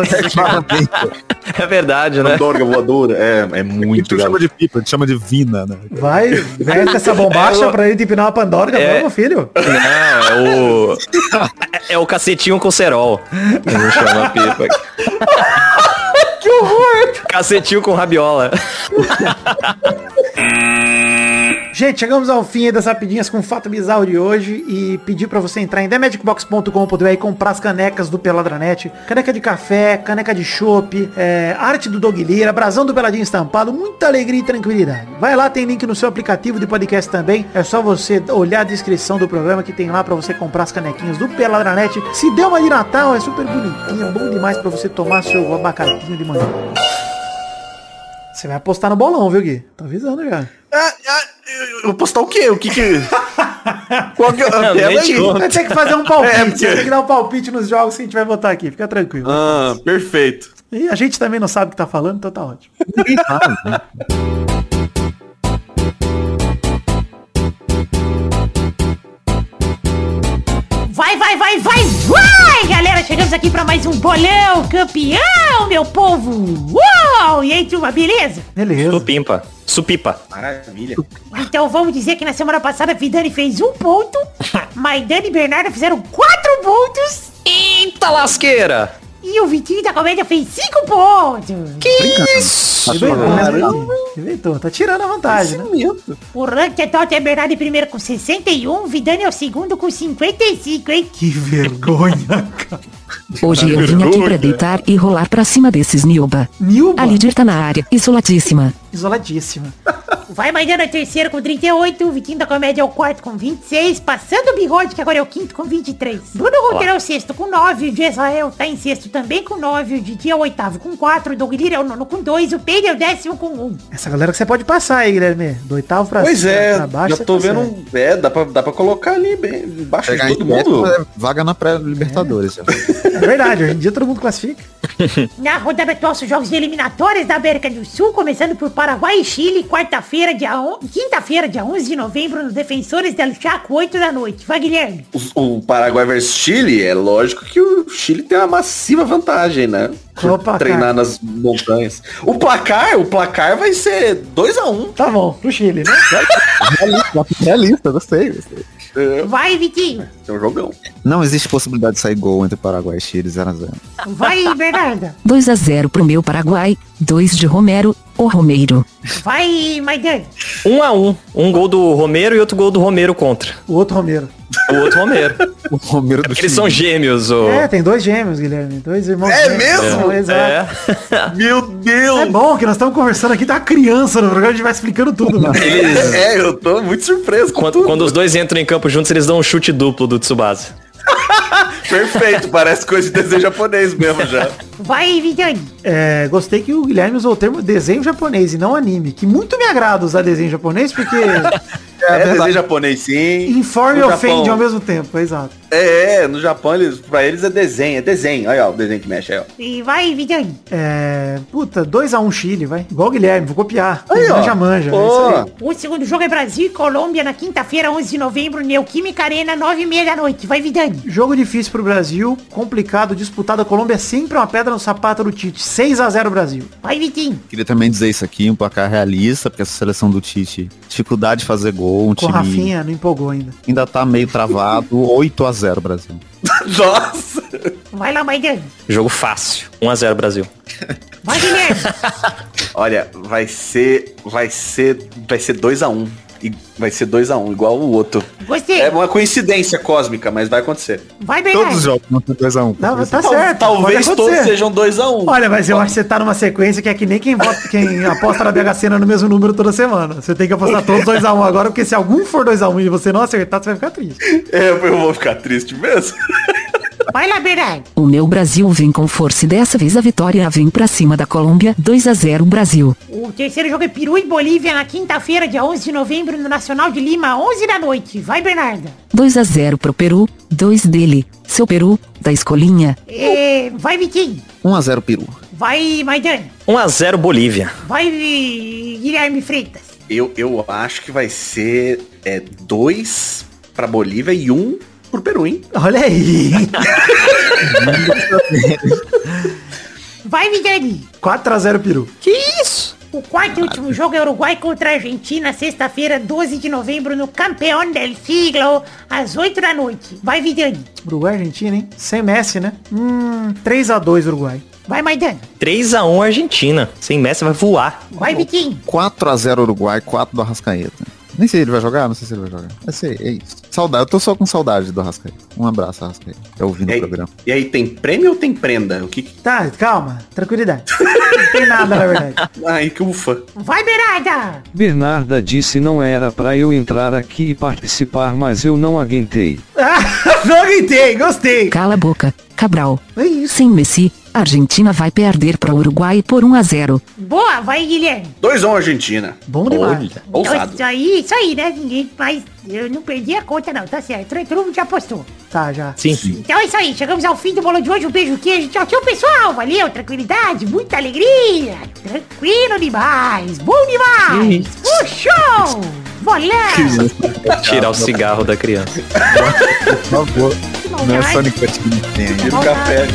É verdade, né? Dorga voadora, é, é A muito gente chama legal. de pipa, a gente chama de vina, né? Vai, veste essa bombacha É, eu- pra ele empinar uma pandorga, É. vamos, filho. Não, é o... É, é o cacetinho com cerol. A gente chama a pipa. Que horror! Cacetinho com rabiola. Gente, chegamos ao fim aí das rapidinhas com o fato bizarro de hoje e pedir pra você entrar em the magic box ponto com ponto b r e comprar as canecas do Peladranet, caneca de café, caneca de chopp, é, arte do Dog Lira, brasão do Peladinho estampado, muita alegria e tranquilidade. Vai lá, tem link no seu aplicativo de podcast também, é só você olhar a descrição do programa que tem lá pra você comprar as canequinhas do Peladranet. Se deu uma de Natal, é super bonitinho, bom demais pra você tomar seu abacatinho de manhã. Você vai apostar no bolão, viu, Gui? Tô avisando já. Ah, ah, eu vou postar o quê? O que que... Qual que é? Não, Pera nem te aí. conto. Vai ter que fazer um palpite. É, porque- Vai ter que dar um palpite nos jogos que a gente vai votar aqui. Fica tranquilo. Ah, perfeito. E a gente também não sabe o que tá falando, então tá ótimo. Ninguém sabe, né? Vai, vai, vai, vai, vai, galera, chegamos aqui pra mais um bolão campeão, meu povo. Uau, e aí, turma, beleza? Beleza. Supimpa. Supipa. Maravilha. Então vamos dizer que na semana passada a Vidani fez um ponto, Maidana e Bernardo fizeram quatro pontos Eita lasqueira. e o Vitinho da Comédia fez cinco pontos. Que isso? Inventou, Inventou. Tá tirando a vantagem, né? O ranking atual tem Bernardo em primeiro com sessenta e um, Vidani é o segundo com cinquenta e cinco, hein? Que vergonha, cara. Hoje eu vim aqui pra deitar e rolar pra cima desses Nilba. Nilba, A líder tá na área, isoladíssima. isoladíssima. Vai Maidana é terceiro com trinta e oito, o Vitinho da Comédia é o quarto com vinte e seis, passando o Bigode, que agora é o quinto com vinte e três. Bruno Router é o sexto com nove, o de Israel tá em sexto também com nove, o Didi é o oitavo com quatro, o Doug Lira é o nono com dois, o Pedro é o décimo com um. Essa galera que você pode passar aí, Guilherme. Do oitavo pra Pois cima, é, pra baixo. já tô vendo um... É, dá pra, dá pra colocar ali bem embaixo de todo mundo. É vaga na pré-Libertadores. É. é verdade, hoje em dia todo mundo classifica. Na rodada atual, os jogos eliminatórios da América do Sul, começando por Paraguai e Chile, quarta-feira, dia on... quinta-feira, dia onze de novembro, no Defensores del Chaco, oito da noite. Vai, Guilherme. O, o Paraguai versus Chile, é lógico que o Chile tem uma massiva vantagem, né? Opa, treinar cara. nas montanhas. O placar, o placar vai ser dois a um. Tá bom, pro Chile, né? Realista, realista, gostei, gostei. É, Vai, Vitinho. é um jogão. Não existe possibilidade de sair gol entre Paraguai e Chile, zero a zero. Vai, Bernarda. dois a zero pro meu Paraguai, dois de Romero, o Romeiro. Vai, Maidana. Um a um. Um gol do Romero e outro gol do Romero contra. O outro Romero. O outro Romero. O Romero do Eles são gêmeos, o... É, tem dois gêmeos, Guilherme. Dois irmãos É gêmeos. mesmo? É, exato. É. Meu Deus! É bom que nós estamos conversando aqui, tá uma criança no programa, a gente vai explicando tudo, mano. Eles... É, eu tô muito surpreso com Quando, tudo. quando os dois entram em campo juntos, eles dão um chute duplo do Tsubasa. Perfeito, parece coisa de desenho japonês mesmo já. Vai, Vidani. É, gostei que o Guilherme usou o termo desenho japonês e não anime, que muito me agrada usar desenho japonês, porque É, desenho japonês sim. informa e No ofende Japão- ao mesmo tempo, exato. É, é, no Japão, eles, pra eles é desenho, é desenho. Olha, ó, o desenho que mexe aí, ó. E vai, Vidani. É, puta, dois a um Chile, vai. Igual o Guilherme, vou copiar. Aí, ó. Manja, manja. Pô. É isso aí. O segundo jogo é Brasil e Colômbia na quinta-feira, onze de novembro, Neoquímica Arena, nove e meia da noite. Vai, Vidani. Jogo difícil pro Brasil, complicado, disputado. A Colômbia é sempre uma pedra no sapato do Tite. seis a zero Brasil. Vai, Vitinho. Queria também dizer isso aqui, um placar realista, porque essa seleção do Tite, dificuldade de fazer gol, um Com time Rafinha, não empolgou ainda. ainda tá meio travado, oito a zero Brasil. Nossa! Vai lá, Maidana. Jogo fácil. um a zero Brasil. Vai, Guilherme. Olha, vai ser. Vai ser. Vai ser dois a um. E vai ser dois a um, igual o outro. Gostei. É uma coincidência cósmica, mas vai acontecer. Vai, Bernardo. Todos os jogos vão ter dois a um. Não, tá Tal- certo. Talvez pode todos acontecer. sejam dois a um. Olha, mas eu acho que você tá numa sequência que é que nem quem, vota, quem aposta na B H Sena no mesmo número toda semana. Você tem que apostar todos dois a um agora, porque se algum for dois a um e você não acertar, você vai ficar triste. É, eu vou ficar triste mesmo. Vai lá, Bernardo. O meu Brasil vem com força e dessa vez a vitória vem pra cima da Colômbia, dois a zero Brasil. O terceiro jogo é Peru e Bolívia na quinta-feira, dia onze de novembro, no Nacional de Lima, onze da noite. Vai, Bernardo. dois a zero pro Peru, dois dele, seu Peru, da escolinha. É, vai, Vitinho. um a zero Peru. Vai, Maidana. um a zero Bolívia. Vai, Guilherme Freitas. Eu, eu acho que vai ser é, dois pra Bolívia e um pro Peru, hein? Olha aí. Vai, Vidani. quatro a zero Peru. Que isso? O quarto e último jogo é Uruguai contra a Argentina, sexta-feira, doze de novembro, no Campeão del Siglo, às oito da noite. Vai, Vidani. Uruguai e Argentina, hein? Sem Messi, né? Hum, três a dois Uruguai. Vai, Maidana. três a um Argentina. Sem Messi vai voar. Vai, Vitinho. quatro a zero Uruguai, quatro do Arrascaeta. Nem sei se ele vai jogar, não sei se ele vai jogar. É, sei, é isso. Saudade, eu tô só com saudade do Arrascaeta. Um abraço, Arrascaeta. Eu ouvindo E o aí, programa. e aí, tem prêmio ou tem prenda? O que que... Tá, calma, tranquilidade. Não tem nada, na verdade. Ai, que ufa. Vai, Bernarda. Bernarda disse não era pra eu entrar aqui e participar, mas eu não aguentei. Ah, não aguentei, gostei. Cala a boca, Cabral. É isso. Sem Messi, a Argentina vai perder para o Uruguai por um a zero. Boa, vai, Guilherme. dois a um Argentina. Bom demais. Olha. Então, Ousado. isso aí, isso aí, né? Ninguém, mas eu não perdi a conta, não. Tá certo. Todo mundo já postou. Tá, já. Sim. Então é isso aí, chegamos ao fim do bolo de hoje, um beijo, queijo, tchau, tchau, pessoal, valeu, tranquilidade, muita alegria, tranquilo demais, bom demais, uh, show, bolão, Tirar o cigarro da criança. Por favor. que Não é maldade. só nicotina que tem aí. Tira o café.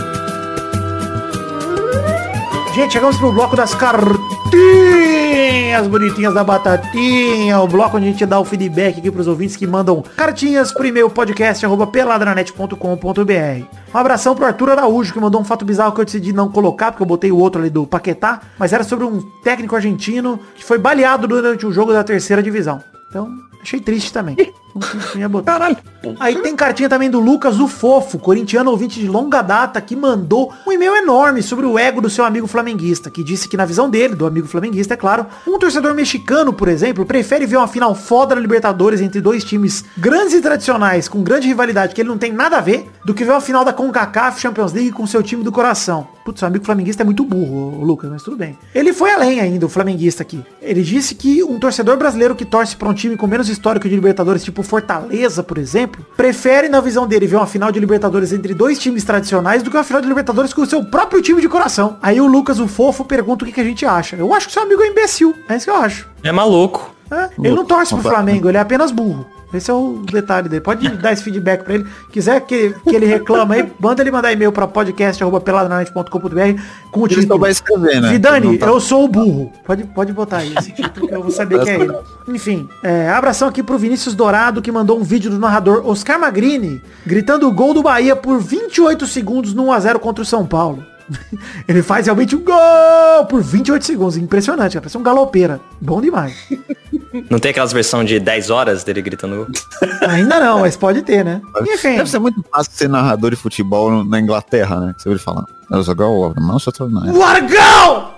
Gente, chegamos pro bloco das cartinhas. cartinhas bonitinhas da Batatinha, o bloco onde a gente dá o feedback aqui pros ouvintes que mandam cartinhas pro e-mail podcast arroba peladranet ponto com ponto b r. Um abração pro Arthur Araújo, que mandou um fato bizarro que eu decidi não colocar, porque eu botei o outro ali do Paquetá, mas era sobre um técnico argentino que foi baleado durante o jogo da terceira divisão. Então, achei triste também. Não tinha botado. Caralho. Aí tem cartinha também do Lucas, o Fofo, corintiano ouvinte de longa data, que mandou um e-mail enorme sobre o ego do seu amigo flamenguista, que disse que na visão dele, do amigo flamenguista, é claro, um torcedor mexicano, por exemplo, prefere ver uma final foda da Libertadores entre dois times grandes e tradicionais, com grande rivalidade, que ele não tem nada a ver, do que ver uma final da CONCACAF Champions League com seu time do coração. Putz, seu amigo flamenguista é muito burro, o Lucas, mas tudo bem. Ele foi além ainda, o flamenguista aqui. Ele disse que um torcedor brasileiro que torce pra um time com menos histórico de Libertadores, tipo Fortaleza, por exemplo, prefere, na visão dele, ver uma final de Libertadores entre dois times tradicionais do que uma final de Libertadores com o seu próprio time de coração. Aí o Lucas, o Fofo, pergunta o que, que a gente acha. Eu acho que seu amigo é imbecil. É isso que eu acho. É maluco. É, ele não torce pro Flamengo, ele é apenas burro. Esse é o detalhe dele. Pode dar esse feedback pra ele. Quiser que, que ele reclama aí, manda ele mandar e-mail pra podcast arroba peladranet ponto com ponto b r com o Ele título. só vai escrever, né? Vidani, Tá... eu sou o burro. Pode, pode botar aí esse título que eu vou saber quem é ele. Enfim, é, abração aqui pro Vinícius Dourado, que mandou um vídeo do narrador Oscar Magrini gritando o gol do Bahia por vinte e oito segundos no um a zero contra o São Paulo. Ele faz realmente um gol por vinte e oito segundos. Impressionante, parece um galopeira. Bom demais. Não tem aquelas versões de dez horas dele gritando gol? Ainda não, mas pode ter, né? Enfim. Deve ser muito fácil ser narrador de futebol na Inglaterra, né? Você ouve falar. There's a goal of the Manchester United. What a goal!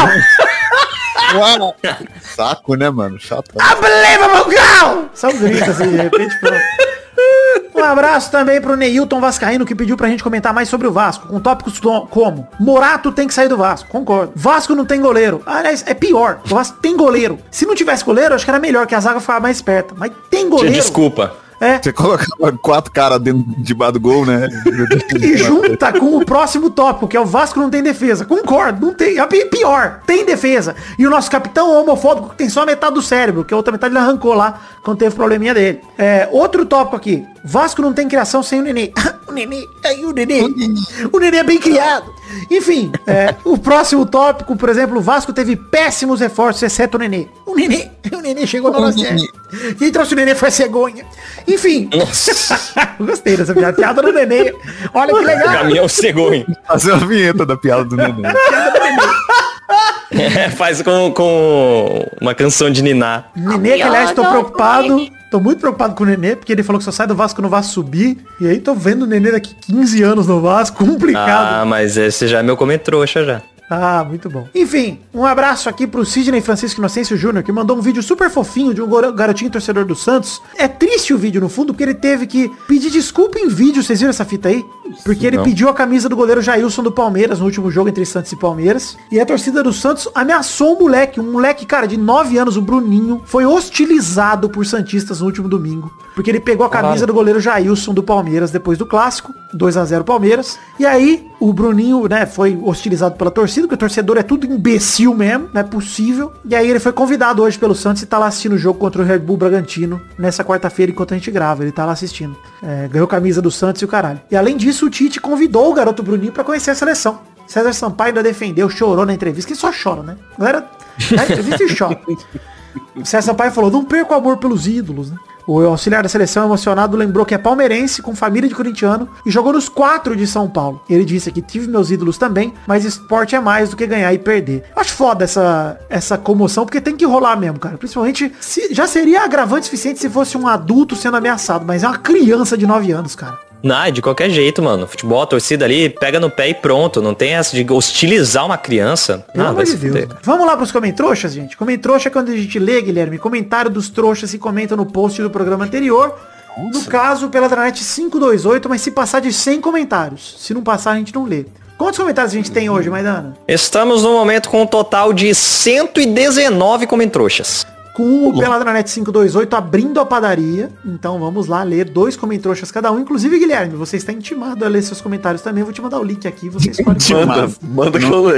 Wow! Uau! Saco, né, mano? Chato. Unbelievable goal! Só um grito assim, de repente, pronto. Um abraço também pro Neilton Vascaíno, que pediu pra gente comentar mais sobre o Vasco, com tópicos como Morato tem que sair do Vasco, concordo. Vasco não tem goleiro. Aliás, é pior, o Vasco tem goleiro. Se não tivesse goleiro, acho que era melhor, que a zaga ficava mais esperta. Mas tem goleiro. Desculpa. É. Você colocava quatro caras dentro debaixo do gol, né? E junta com o próximo tópico, que é o Vasco não tem defesa. Concordo, não tem. É pior, tem defesa. E o nosso capitão homofóbico que tem só a metade do cérebro, que a outra metade ele arrancou lá quando teve probleminha dele. É, outro tópico aqui. Vasco não tem criação sem o Nenê. O Nenê, aí o Nenê. O Nenê é bem criado. Enfim, é, o próximo tópico, por exemplo, o Vasco teve péssimos reforços, exceto o Nenê. O Nenê, o Nenê chegou na hora certa. Quem trouxe o Nenê foi a cegonha. Enfim. Gostei dessa piada. Piada do Nenê. Olha que legal. Caminhão cegonha. Fazer uma vinheta da piada do Nenê. Piada do Nenê. É, faz com, com uma canção de Niná. Nenê, que aliás, tô preocupado. Tô muito preocupado com o Nenê, porque ele falou que só sai do Vasco no Vasco subir. E aí tô vendo o Nenê daqui quinze anos no Vasco, complicado. Ah, mas esse já é meu comentrouxa já. Ah, muito bom. Enfim, um abraço aqui pro Sidney Francisco Inocêncio Júnior, que mandou um vídeo super fofinho de um garotinho torcedor do Santos. É triste o vídeo, no fundo, porque ele teve que pedir desculpa em vídeo. Vocês viram essa fita aí? Porque ele Não. pediu a camisa do goleiro Jailson do Palmeiras no último jogo entre Santos e Palmeiras. E a torcida do Santos ameaçou o moleque. Um moleque, cara, de nove anos, o Bruninho, foi hostilizado por santistas no último domingo. Porque ele pegou a camisa Caralho. do goleiro Jailson do Palmeiras depois do clássico. dois a zero Palmeiras. E aí, o Bruninho, né, foi hostilizado pela torcida, porque o torcedor é tudo imbecil mesmo, não é possível. E aí ele foi convidado hoje pelo Santos e tá lá assistindo o jogo contra o Red Bull Bragantino nessa quarta-feira, enquanto a gente grava. Ele tá lá assistindo. É, ganhou camisa do Santos e o caralho. E além disso, o Tite convidou o garoto Bruninho pra conhecer a seleção. César Sampaio ainda defendeu, chorou na entrevista, que só chora, né? Galera, na entrevista e chora. O César Sampaio falou, não perca o amor pelos ídolos, né? O auxiliar da seleção emocionado lembrou que é palmeirense, com família de corintiano, e jogou nos quatro de São Paulo. Ele disse que tive meus ídolos também, mas esporte é mais do que ganhar e perder. Eu acho foda essa, essa comoção, porque tem que rolar mesmo, cara. Principalmente, se, já seria agravante suficiente se fosse um adulto sendo ameaçado, mas é uma criança de nove anos, cara. Não, de qualquer jeito, mano. Futebol, a torcida ali, pega no pé e pronto. Não tem essa de hostilizar uma criança. Pelo Não, amor vai de se Deus. fuder. Vamos lá pros comentroxas, gente. Comentroxa é quando a gente lê, Guilherme, comentário dos trouxas se comenta no post do programa anterior. No caso, pela Dranet quinhentos e vinte e oito, mas se passar de cem comentários. Se não passar, a gente não lê. Quantos comentários a gente tem hoje, Maidana? Estamos no momento com um total de cento e dezenove comentroxas. Com o Peladranet quinhentos e vinte e oito abrindo a padaria. Então vamos lá ler dois comentroxas cada um. Inclusive, Guilherme, você está intimado a ler seus comentários também. Eu vou te mandar o link aqui, você escolhe. Manda, manda que eu leio.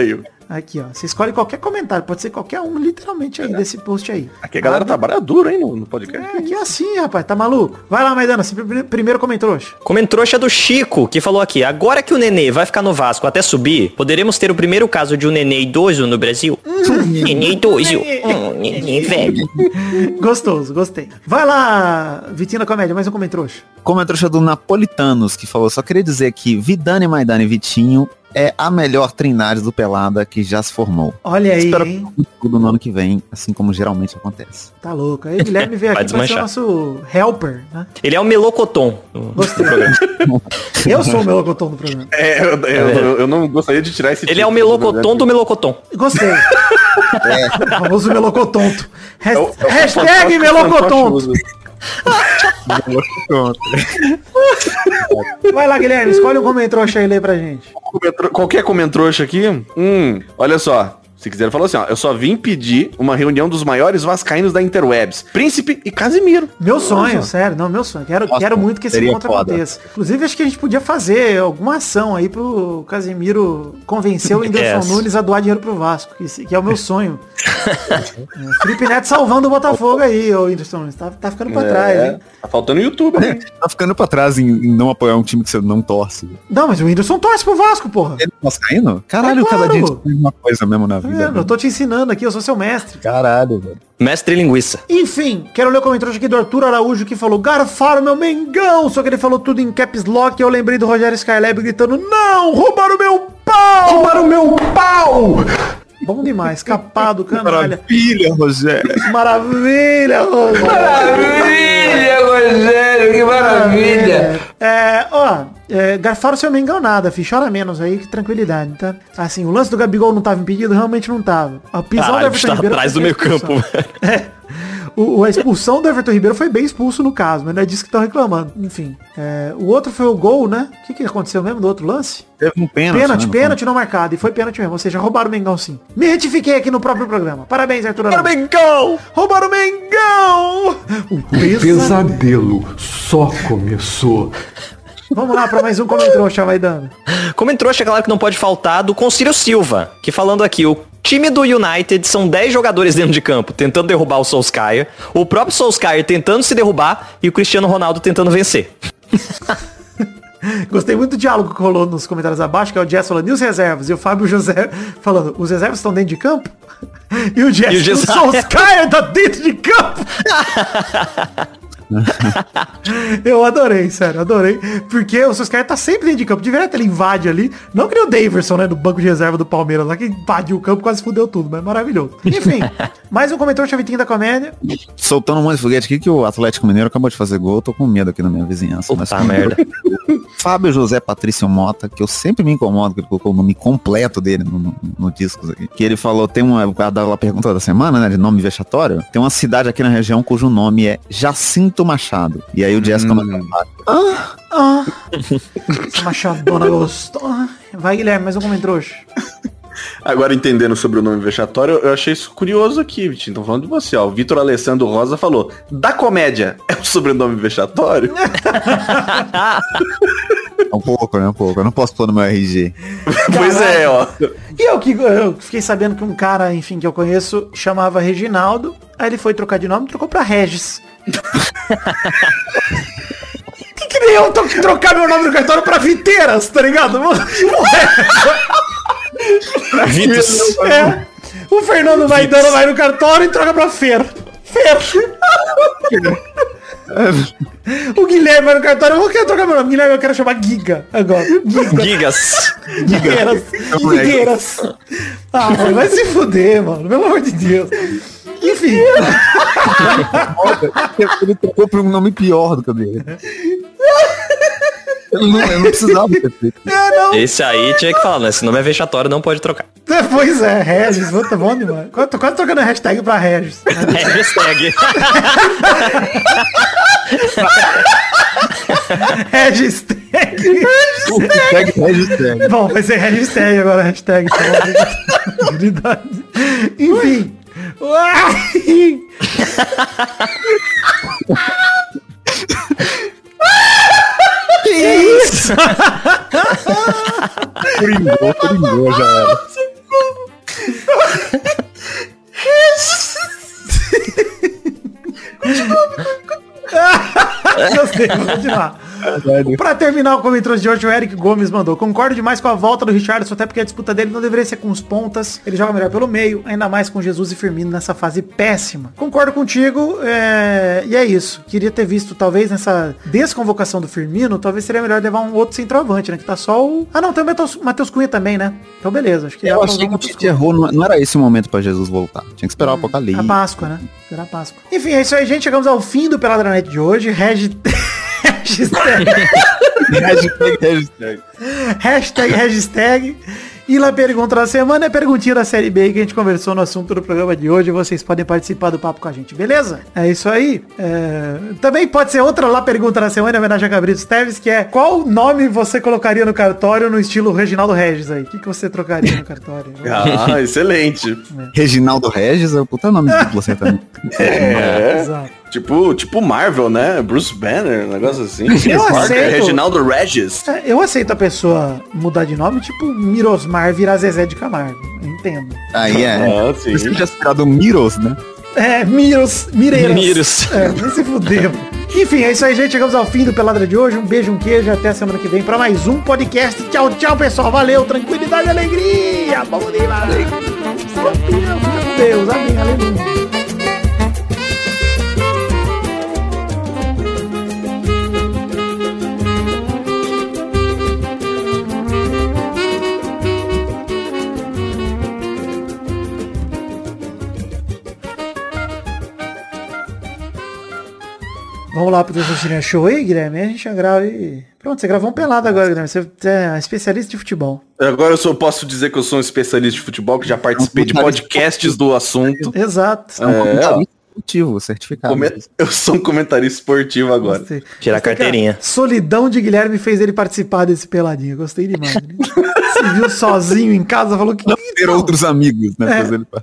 Aqui, ó. Você escolhe qualquer comentário, pode ser qualquer um, literalmente, aí, desse post aí. Aqui a galera ah, trabalha duro, hein, no, no podcast. É, aqui é assim, rapaz, tá maluco? Vai lá, Maidana, você primeiro comentrouxa. Comentrouxa do Chico, que falou aqui, agora que o Nenê vai ficar no Vasco até subir, poderemos ter o primeiro caso de um Nenê idoso no Brasil? Nenê idoso. Hum, Nenê velho. Gostoso, gostei. Vai lá, Vitinho da Comédia, mais um comentrouxa. Comentrouxa do Napolitanos, que falou, só queria dizer que Vidani, Maidana e Vitinho é a melhor Trindade do Pelada que já se formou. Olha aí, Espero hein? tudo no ano que vem, assim como geralmente acontece. Tá louco. Aí o Guilherme veio aqui pra ser o nosso helper, né? Ele é o melocoton do, Gostei. do programa. Eu sou o melocoton do programa. É, eu, eu, eu, eu não gostaria de tirar esse Ele é o melocoton do melocoton. Gostei. É. O famoso melocotonto. Has- É o- é o hashtag fantástico melocotonto. Vai lá, Guilherme, escolhe um comentrouxa aí e lê pra gente. Qualquer comentrouxa aqui? Hum, olha só. Se quiser, ele falou assim, ó, eu só vim pedir uma reunião dos maiores vascaínos da Interwebs, Príncipe e Casimiro. Meu sonho, sério, não, meu sonho. Quero, Nossa, quero muito que esse seria encontro foda. aconteça. Inclusive, acho que a gente podia fazer alguma ação aí pro Casimiro convencer o Whindersson Yes. Nunes a doar dinheiro pro Vasco, que, esse- que é o meu sonho. É, Felipe Neto salvando o Botafogo aí, ô Whindersson Nunes. Tá, tá ficando pra trás, hein? Tá faltando YouTube, né? Tá ficando pra trás em, em não apoiar um time que você não torce. Não, mas o Whindersson torce pro Vasco, porra. Ele tá caindo? Caralho, É claro. cada dia a gente faz uma coisa mesmo na vida. É, eu velho. tô te ensinando aqui, eu sou seu mestre. Caralho, velho. Mestre linguiça. Enfim, quero ler o comentário aqui do Arthur Araújo que falou, garfaram meu Mengão, só que ele falou tudo em caps lock e eu lembrei do Rogério Skylab gritando, não, roubaram meu pau! Roubaram meu pau! Bom demais, capado, canalha. Maravilha, Rogério. Maravilha, Rogério. Maravilha, Rogério, que maravilha. É, é, ó, é, garfaram seu Mengão nada, fi, chora menos aí, que tranquilidade, tá? Assim, o lance do Gabigol não tava impedido, realmente não tava. A pisão Caralho, do Everton tá Ribeiro atrás foi do meio expulsão. campo, velho. É. O, a expulsão do Everton Ribeiro foi bem expulso no caso, mas não é disso que estão reclamando. Enfim. É, o outro foi o gol, né? O que, que aconteceu mesmo do outro lance? Teve um pênalti. Pênalti, né, pênalti não marcado. E foi pênalti mesmo. Ou seja, roubaram o Mengão sim. Me retifiquei aqui no próprio programa. Parabéns, Arthur. Roubaram o Mengão! Roubaram o Mengão! O pesadelo. Pesadelo só começou. Vamos lá pra mais um comentrouxa, vai dando. Comentrouxa, claro que não pode faltar, do Concílio Silva, que falando aqui, o time do United são dez jogadores dentro de campo, tentando derrubar o Solskjaer, o próprio Solskjaer tentando se derrubar e o Cristiano Ronaldo tentando vencer. Gostei muito do diálogo que rolou nos comentários abaixo, que é o Jess falando, e os reservas? E o Fábio José falando, os reservas estão dentro de campo? E o Jess, E o o Jess- Solskjaer tá dentro de campo! Eu adorei, sério, adorei. Porque o Solskjaer tá sempre dentro de campo. Direto ele invade ali. Não que nem o Daverson, né? Do banco de reserva do Palmeiras lá, que invadiu o campo, quase fudeu tudo, mas maravilhoso. Enfim, mais um comentário chavitinho da comédia. Soltando um monte de foguete aqui que o Atlético Mineiro acabou de fazer gol. Eu tô com medo aqui na minha vizinhança. Puta mas... merda. Fábio José Patrício Mota, que eu sempre me incomodo que ele colocou o nome completo dele no, no, no discos aqui. Que ele falou, tem uma, a pergunta da semana, né, de nome vexatório. Tem uma cidade aqui na região cujo nome é Jacinto Machado. E aí o Jess Hum. comentou, Ah, ah. Essa machadona gostosa. Vai, Guilherme, mais um comentrouxa. Agora, entendendo sobre o nome vexatório, eu achei isso curioso aqui, Vitinho. Estão falando de você, ó. O Vitor Alessandro Rosa falou, da comédia, é o sobrenome vexatório? um pouco, né, um pouco. Eu não posso pôr no meu R G. Pois é, ó. E eu que eu fiquei sabendo que um cara, enfim, que eu conheço, chamava Reginaldo. Aí ele foi trocar de nome e trocou pra Regis. Que que nem eu tô que trocar meu nome no cartório pra Viteiras, tá ligado? Vitos. É. O Fernando vai dando, vai no cartório e troca pra Fer. Fer. O Guilherme vai no cartório, eu quero trocar meu nome. Guilherme, eu quero chamar Giga agora. Giga. Gigas. Guigueiras. Guigueiras. Ah, mano, vai se fuder, mano. Pelo amor de Deus. Enfim. Ele trocou por um nome pior do que o dele. Eu não, eu não precisava ter feito. É, não. Esse aí tinha que falar, né? Esse nome é vexatório, não pode trocar. É, pois é, Regis, tá bom demais. Eu tô quase trocando a hashtag pra Regis. É hashtag. Regis tag. Hashtag, hashtag. Bom, vai ser Regis tag agora, hashtag. Tá bom? Enfim. Uai! Que isso? Coringou, coringou, já era. Gostei, vamos continuar. Pra terminar o comentário de hoje, o Eric Gomes mandou: concordo demais com a volta do Richarlison, até porque a disputa dele não deveria ser com os pontas. Ele joga melhor pelo meio, ainda mais com Jesus e Firmino nessa fase péssima. Concordo contigo, é... e é isso. Queria ter visto, talvez, nessa desconvocação do Firmino, talvez seria melhor levar um outro centroavante, né? Que tá só o... Ah, não, tem o Matheus Cunha também, né? Então, beleza. Acho que eu achei que o Tite errou, não, não era esse o momento pra Jesus voltar. Tinha que esperar hum, o Apocalipse. A Páscoa, né? Esperar a Páscoa. Enfim, é isso aí, gente. Chegamos ao fim do Peladranet de hoje. Hashtag... hashtag, hashtag. Hashtag, hashtag. E lá pergunta da semana é perguntinha da série B que a gente conversou no assunto do programa de hoje. Vocês podem participar do papo com a gente, beleza? É isso aí. É... Também pode ser outra lá pergunta da semana em homenagem a Gabriel Teves, que é: qual nome você colocaria no cartório no estilo Reginaldo Regis aí? O que, que você trocaria no cartório? Ah, excelente. É. Reginaldo Regis é o puta nome de dupla sertaneja. É, exato. Tipo, tipo Marvel, né? Bruce Banner, um negócio assim. Eu aceito. Reginaldo Regis. É, eu aceito a pessoa mudar de nome, tipo Mirosmar virar Zezé de Camargo. Eu entendo. Aí é. Ah, sim. Você já ficado Miros, né? É, Miros, Mireiras. Miros. É, nem se fudeu. Enfim, é isso aí, gente. Chegamos ao fim do Peladra de hoje. Um beijo, um queijo. Até a semana que vem pra mais um podcast. Tchau, tchau, pessoal. Valeu, tranquilidade e alegria. Vamos demais. Fica com Deus. Amém, aleluia. Vamos lá pro Testosterinha Show aí, Guilherme. A gente já grava aí. Pronto, você gravou um pelado agora, Guilherme. Você é especialista de futebol. Agora eu só posso dizer que eu sou um especialista de futebol, que já participei de podcasts do assunto. Exato. É um comentarista esportivo, certificado. Eu sou um comentarista esportivo agora. Gostei. Tira a carteirinha. A solidão de Guilherme fez ele participar desse peladinho. Gostei demais. Né? Se viu sozinho em casa, falou que... Não ter outros amigos, né? É. Fazer ele...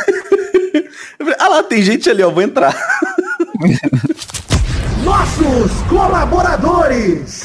Ah lá, tem gente ali, ó. Vou entrar. Nossos colaboradores.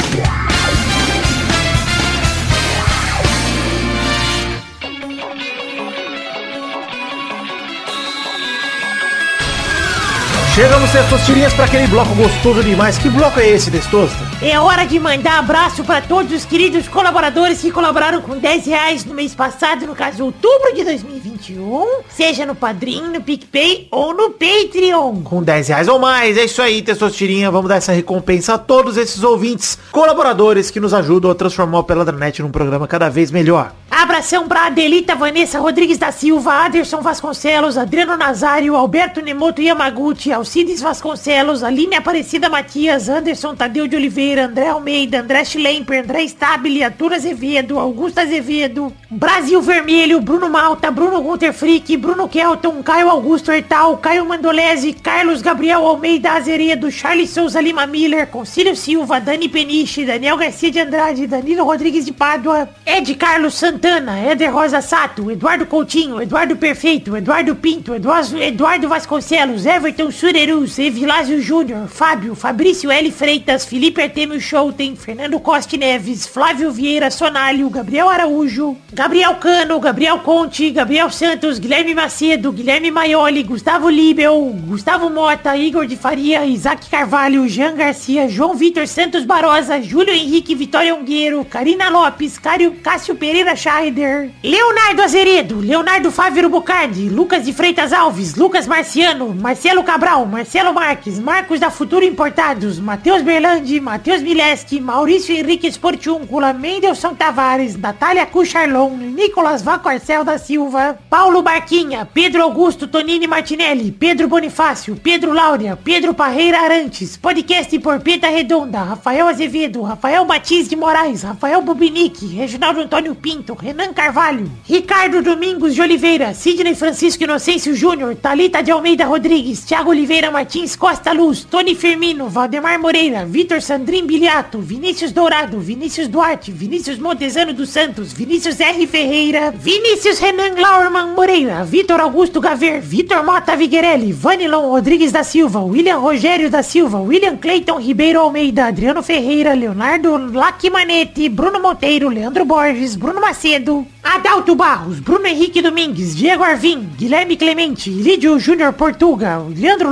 Chegamos, Testosterinhas, para aquele bloco gostoso demais. Que bloco é esse, Testosta? É hora de mandar abraço para todos os queridos colaboradores que colaboraram com dez reais no mês passado, no caso, outubro de dois mil e vinte e um, seja no Padrim, no PicPay ou no Patreon. Com dez reais ou mais, é isso aí, Testosterinha. Vamos dar essa recompensa a todos esses ouvintes, colaboradores que nos ajudam a transformar o Peladranet num programa cada vez melhor. Abração pra Adelita Vanessa Rodrigues da Silva, Aderson Vasconcelos, Adriano Nazário, Alberto Nemoto Yamaguchi, Alcides Vasconcelos, Aline Aparecida Matias, Anderson Tadeu de Oliveira, André Almeida, André Schlemper, André Stabile, Arthur Azevedo, Augusto Azevedo, Brasil Vermelho, Bruno Malta, Bruno Gunter Frick, Bruno Kelton, Caio Augusto Hertal, Caio Mandolese, Carlos Gabriel Almeida Azeredo, Charles Souza Lima Miller, Concílio Silva, Dani Peniche, Daniel Garcia de Andrade, Danilo Rodrigues de Pádua, Ed Carlos Santana, Éder Rosa Sato, Eduardo Coutinho, Eduardo Perfeito, Eduardo Pinto, Eduardo, Eduardo Vasconcelos, Everton Surerus, Evilásio Júnior, Fábio, Fabrício L. Freitas, Felipe Artemio Schouten, Fernando Costa Neves, Flávio Vieira Sonalho, Gabriel Araújo, Gabriel Cano, Gabriel Conte, Gabriel Santos, Guilherme Macedo, Guilherme Maioli, Gustavo Libel, Gustavo Mota, Igor de Faria, Isaac Carvalho, Jean Garcia, João Vitor Santos Barosa, Júlio Henrique Vitória Ungueiro, Karina Lopes, Cário, Cássio Pereira Scheider, Leonardo Azeredo, Leonardo Fávero Bocardi, Lucas de Freitas Alves, Lucas Marciano, Marcelo Cabral, Marcelo Marques, Marcos da Futuro Importados, Matheus Berlandi, Matheus Mileski, Maurício Henrique Esportiúncula, Mendelson Tavares, Natália Cucharlon, Nicolas Vacorcel da Silva, Paulo Barquinha, Pedro Augusto Tonini Martinelli, Pedro Bonifácio, Pedro Láurea, Pedro Parreira Arantes, podcast por Peta Redonda, Rafael Azevedo, Rafael Batiz de Moraes, Rafael Bubinique, Reginaldo Antônio Pinto, Renan Carvalho, Ricardo Domingos de Oliveira, Sidney Francisco Inocêncio Júnior, Thalita de Almeida Rodrigues, Thiago Oliveira Martins Costa Luz, Tony Firmino, Valdemar Moreira, Vitor Sandrin Biliato, Vinícius Dourado, Vinícius Duarte, Vinícius Montezano dos Santos, Vinícius R. Ferreira, Vinícius Renan Laurman Moreira, Vitor Augusto Gaver, Vitor Mota Viguerelli, Vanilon Rodrigues da Silva, William Rogério da Silva, William Cleiton Ribeiro Almeida, Adriano Ferreira, Leonardo Lacimanetti, Bruno Monteiro, Leandro Borges, Bruno Macedo, Adalto Barros, Bruno Henrique Domingues, Diego Arvim, Guilherme Clemente, Lídio Júnior Portuga, Leandro Lopes,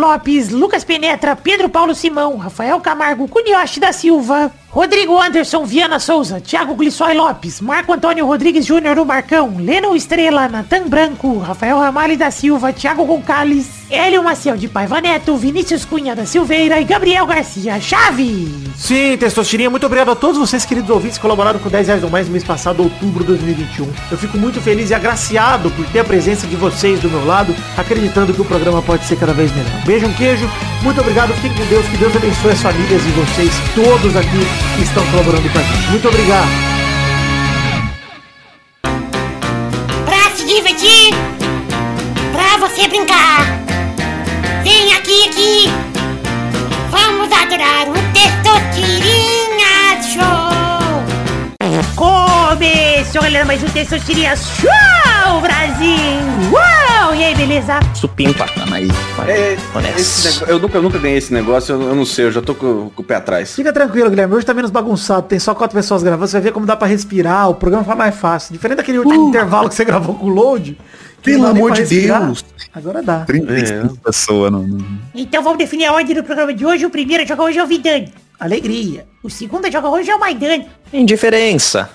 Lopes, Lucas Penetra, Pedro Paulo Simão, Rafael Camargo, Cunioche da Silva, Rodrigo Anderson, Viana Souza, Thiago Glissói Lopes, Marco Antônio Rodrigues Júnior no Marcão, Leno Estrela, Natan Branco, Rafael Ramalho da Silva, Thiago Gonçalves, Hélio Maciel de Paiva Neto, Vinícius Cunha da Silveira e Gabriel Garcia Chave. Sim, Testosterinha, muito obrigado a todos vocês, queridos ouvintes, que colaboraram com dez reais ou mais no mês passado, outubro de dois mil e vinte e um. Eu fico muito feliz e agraciado por ter a presença de vocês do meu lado, acreditando que o programa pode ser cada vez melhor. Um beijo, um queijo, muito obrigado, fiquem com Deus, que Deus abençoe as famílias e vocês todos aqui que estão colaborando com a gente. Muito obrigado. Pra se divertir, pra você brincar, vem aqui, aqui, vamos adorar o Testosterinha Show. Começou, galera, mais um Testosterinha Show, Brasil. Uau, e aí, beleza? Supimpa. Aí. É, esse negócio- eu, nunca, eu nunca ganhei esse negócio, eu, eu não sei, eu já tô com, com o pé atrás. Fica tranquilo, Guilherme, hoje tá menos bagunçado, tem só quatro pessoas gravando, você vai ver como dá pra respirar, o programa fica mais fácil. Diferente daquele último intervalo que você gravou com o Load. que Pelo não dá nem amor pra de respirar. Deus. Agora dá. trinta e cinco pessoas no, no... Então vamos definir a ordem do programa de hoje. O primeiro a jogar hoje é o Vidani. Alegria. O segundo a jogar hoje é o Maidani. Indiferença.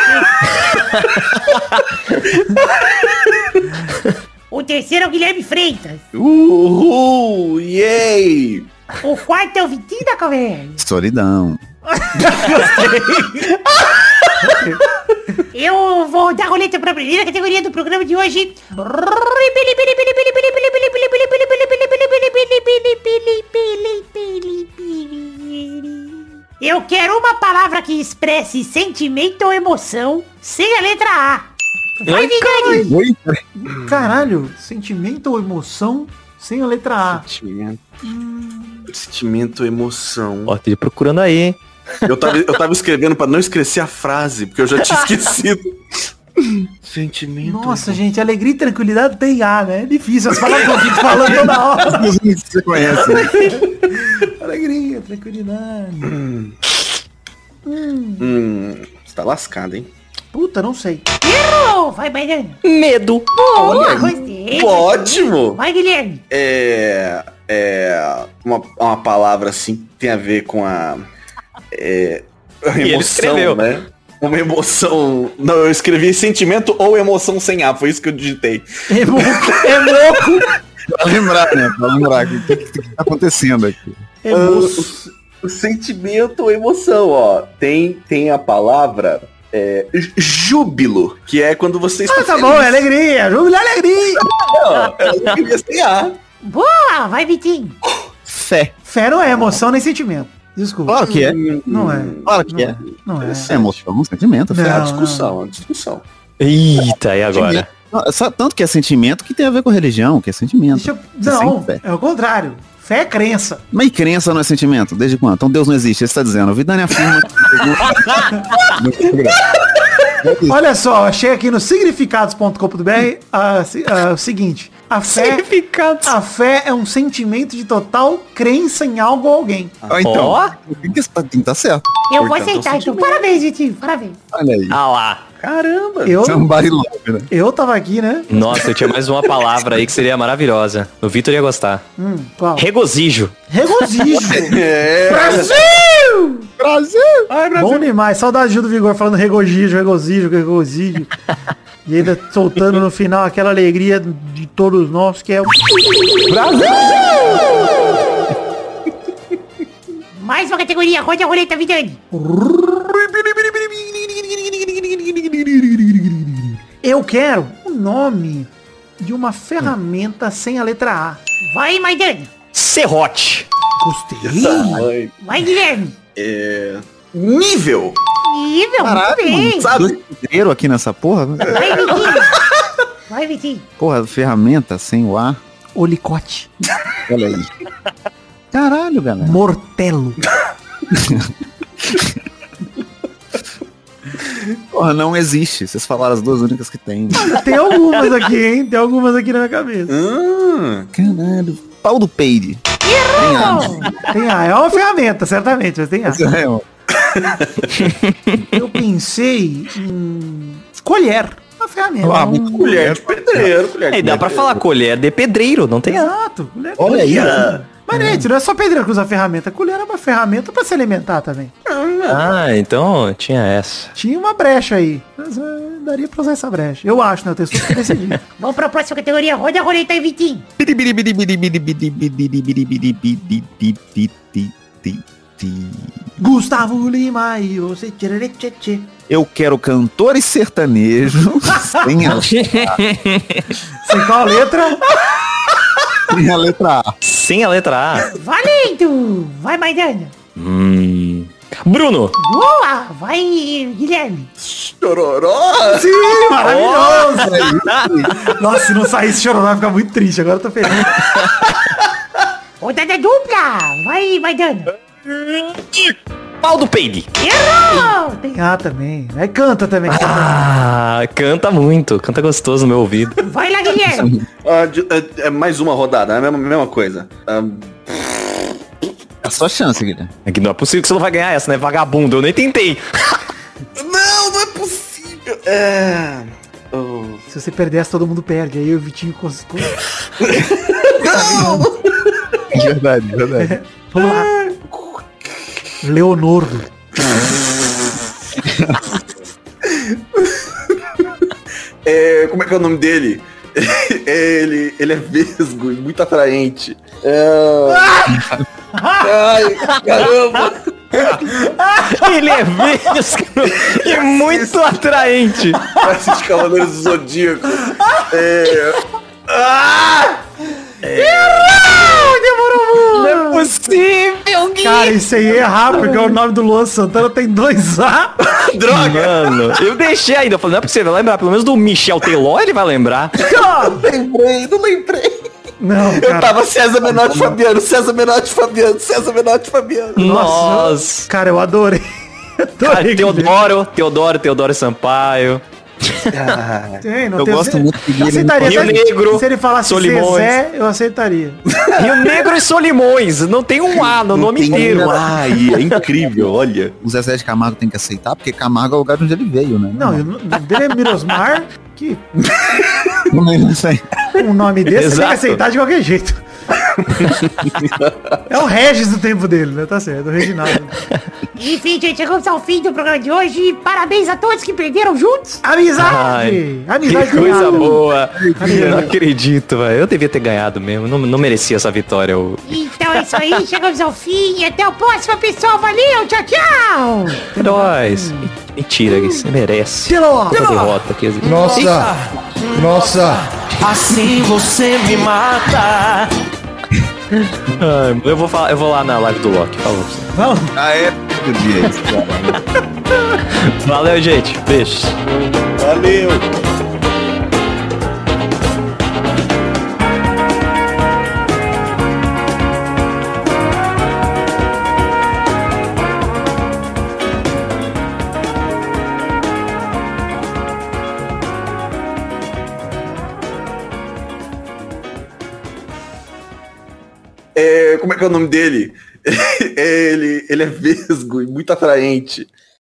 O terceiro é o Guilherme Freitas. Uhul, yay! O quarto é o Vitinho da Caverna. Solidão. Eu vou dar roleta para a primeira categoria do programa de hoje. Eu quero uma palavra que expresse sentimento ou emoção sem a letra A. Vai, Vidani! Caralho, sentimento ou emoção sem a letra A. Sentimento. Sentimento, emoção. Ó, esteja procurando aí, hein? Eu tava, eu tava escrevendo pra não esquecer a frase, porque eu já tinha esquecido. Sentimento. Nossa, gente, alegria e tranquilidade tem A, né? É difícil, as palavras que eu fico falando toda hora. Você conhece, né? Alegria, tranquilidade. Hum. Hum, você tá lascado, hein? Puta, não sei. Errou! Vai, Maidani. Medo. Boa, gostei. Ótimo! Vai, Guilherme. É. É. Uma, uma palavra assim que tem a ver com a. É. A E ele emoção, escreveu. né? Uma emoção. Não, eu escrevi sentimento ou emoção sem A, foi isso que eu digitei. É louco, é louco. Pra lembrar, né? Pra lembrar o que, que, que tá acontecendo aqui. É Ah, moço. o, o sentimento ou emoção, ó. Tem, tem a palavra. É, j- júbilo, que é quando você está Ah, tá feliz. bom, é alegria. Júbilo é alegria. Não, eu escrevi sem A. Boa! Vai, Vitinho. Fé. Fé não é emoção nem sentimento. Desculpa. Claro que é. Não é. Claro que é. Não é. É emoção, sentimento, Não. fé. É uma discussão, é uma discussão. Eita, e agora? Não, só tanto que é sentimento que tem a ver com religião, que é sentimento. Deixa eu... Você Não, sente fé. é o contrário. Fé é crença. Mas e crença não é sentimento? Desde quando? Então Deus não existe, você está dizendo. O Vidani afirma que... Olha só, achei aqui no significados ponto com ponto b r a, a, o seguinte. A fé, Significados. a fé é um sentimento de total crença em algo ou alguém. Ah, então, Ó. tem que estar tem que tá certo. Eu vou Portanto, aceitar, então. Parabéns, Vitinho. Parabéns. Olha aí. Ah lá. Caramba! Eu, Somebody love, né? eu tava aqui, né? Nossa, eu tinha mais uma palavra aí que seria maravilhosa. O Vitor ia gostar. Hum, qual? Regozijo. Regozijo. É. Brasil! Brasil! Ai, Brasil. Bom demais. Saudade de Gil do Vigor falando regozijo, regozijo, regozijo. E ainda soltando no final aquela alegria de todos nós que é o... Mais uma categoria. Roda a roleta, Vidani. Eu quero o nome de uma ferramenta sem a letra A. Vai, Maidani. Serrote. Gostei. Ai, Vai, Guilherme. é... Nível! Nível, muito Caralho, bem. mano, sabe pedreiro aqui nessa porra? Vai, Vitinho. Vai, Vitinho. Porra, ferramenta sem o A. Olicote. Olha aí. Caralho, galera. Mortelo. Porra, não existe. Vocês falaram as duas únicas que tem. Tem algumas aqui, hein? Tem algumas aqui na minha cabeça. Hum, Caralho. Pau do peide. Tem A. É uma ferramenta, certamente, mas tem A. É, ó. Eu pensei em... Colher. uma ferramenta. Ah, um... Colher de pedreiro, colher de É, dá pra falar colher de pedreiro, não tem... Exato. Colher de Olha aí, pedreiro. Mas, gente, não é só pedreiro que usa ferramenta. Colher é uma ferramenta pra se alimentar também. Ah, então tinha essa. Tinha uma brecha aí. Mas, uh, daria pra usar essa brecha. Eu acho, né? Eu tenho super decidido. Vamos pra próxima categoria. Roda a roleta aí, Vitinho. Gustavo Lima e você... tchê. Eu quero cantores sertanejos sem a, Sem qual letra? sem a letra A. Sem a letra A. Valendo! Vai, Maidana. Hum... Bruno. Boa! Vai, Guilherme. Chororó. Sim, maravilhoso. Nossa, se não saísse chororó, ia ficar muito triste. Agora eu tô feliz. Rodada dupla. Vai, Maidana. Pau do peide. Errou! Tem A também. Aí canta também. Ah, canta muito. Canta gostoso no meu ouvido. Vai lá, Guilherme. Ah, de- é, é mais uma rodada, é a mesma, mesma coisa. Ah, É a sua chance, Guilherme. É que não é possível que você não vai ganhar essa, né? Vagabundo, eu nem tentei. não, não é possível. É... oh. Se você perder essa, todo mundo perde. Aí o Vitinho cons... Verdade, verdade. Vamos lá. Leonardo. É, como é que é o nome dele? ele, ele é vesgo e muito atraente. É... Ai, caramba! Ele é vesgo e muito atraente. Assiste Cavaleiros do Zodíaco. É... Ah! Errou! Demorou muito! Não é possível, Gui. Cara, isso aí é errar, porque o nome do Luan Santana tem dois A. Droga! Mano, eu deixei ainda. Eu falei, não é possível, vai lembrar. Pelo menos do Michel Teló ele vai lembrar. Lembrei, não lembrei. Não, Eu cara. tava César Menotti Fabiano, César Menotti Fabiano, César Menotti Fabiano. Nossa. Cara, eu adorei. Cara, Teodoro, Teodoro, Teodoro Sampaio. Tem, não Eu tem gosto muito de eu aceitaria. Rio sabe? Negro, Se ele falasse Solimões. Zezé, eu aceitaria. Rio Negro e Solimões. Não tem um A no nome tem inteiro. um Ai, é incrível, olha. O Zezé de Camargo tem que aceitar, porque Camargo é o lugar onde ele veio, né? Não, o nome dele é Mirosmar, que não, não sei. um nome desse você tem Exato. que aceitar de qualquer jeito. É o Regis do tempo dele, né? Tá certo, o Reginaldo. Enfim, gente, chegamos ao fim do programa de hoje. Parabéns a todos que perderam juntos. Amizade! Ai, Amizade que coisa ganhada. boa. Eu não acredito, velho. Eu devia ter ganhado mesmo. Não, não merecia essa vitória. Eu... Então é isso aí, chegamos ao fim. E até o próximo, pessoal. Valeu, tchau, tchau. Heróis. Mentira, que você merece. Tira Essa derrota aqui. Nossa! Nossa! Assim você me mata. Ai, eu, vou falar, eu vou lá na live do Loki. Falou. Vamos. Ah, é do dia isso, cara. Valeu, gente. Beijos. Valeu. É, como é que é o nome dele? ele, ele é vesgo e muito atraente.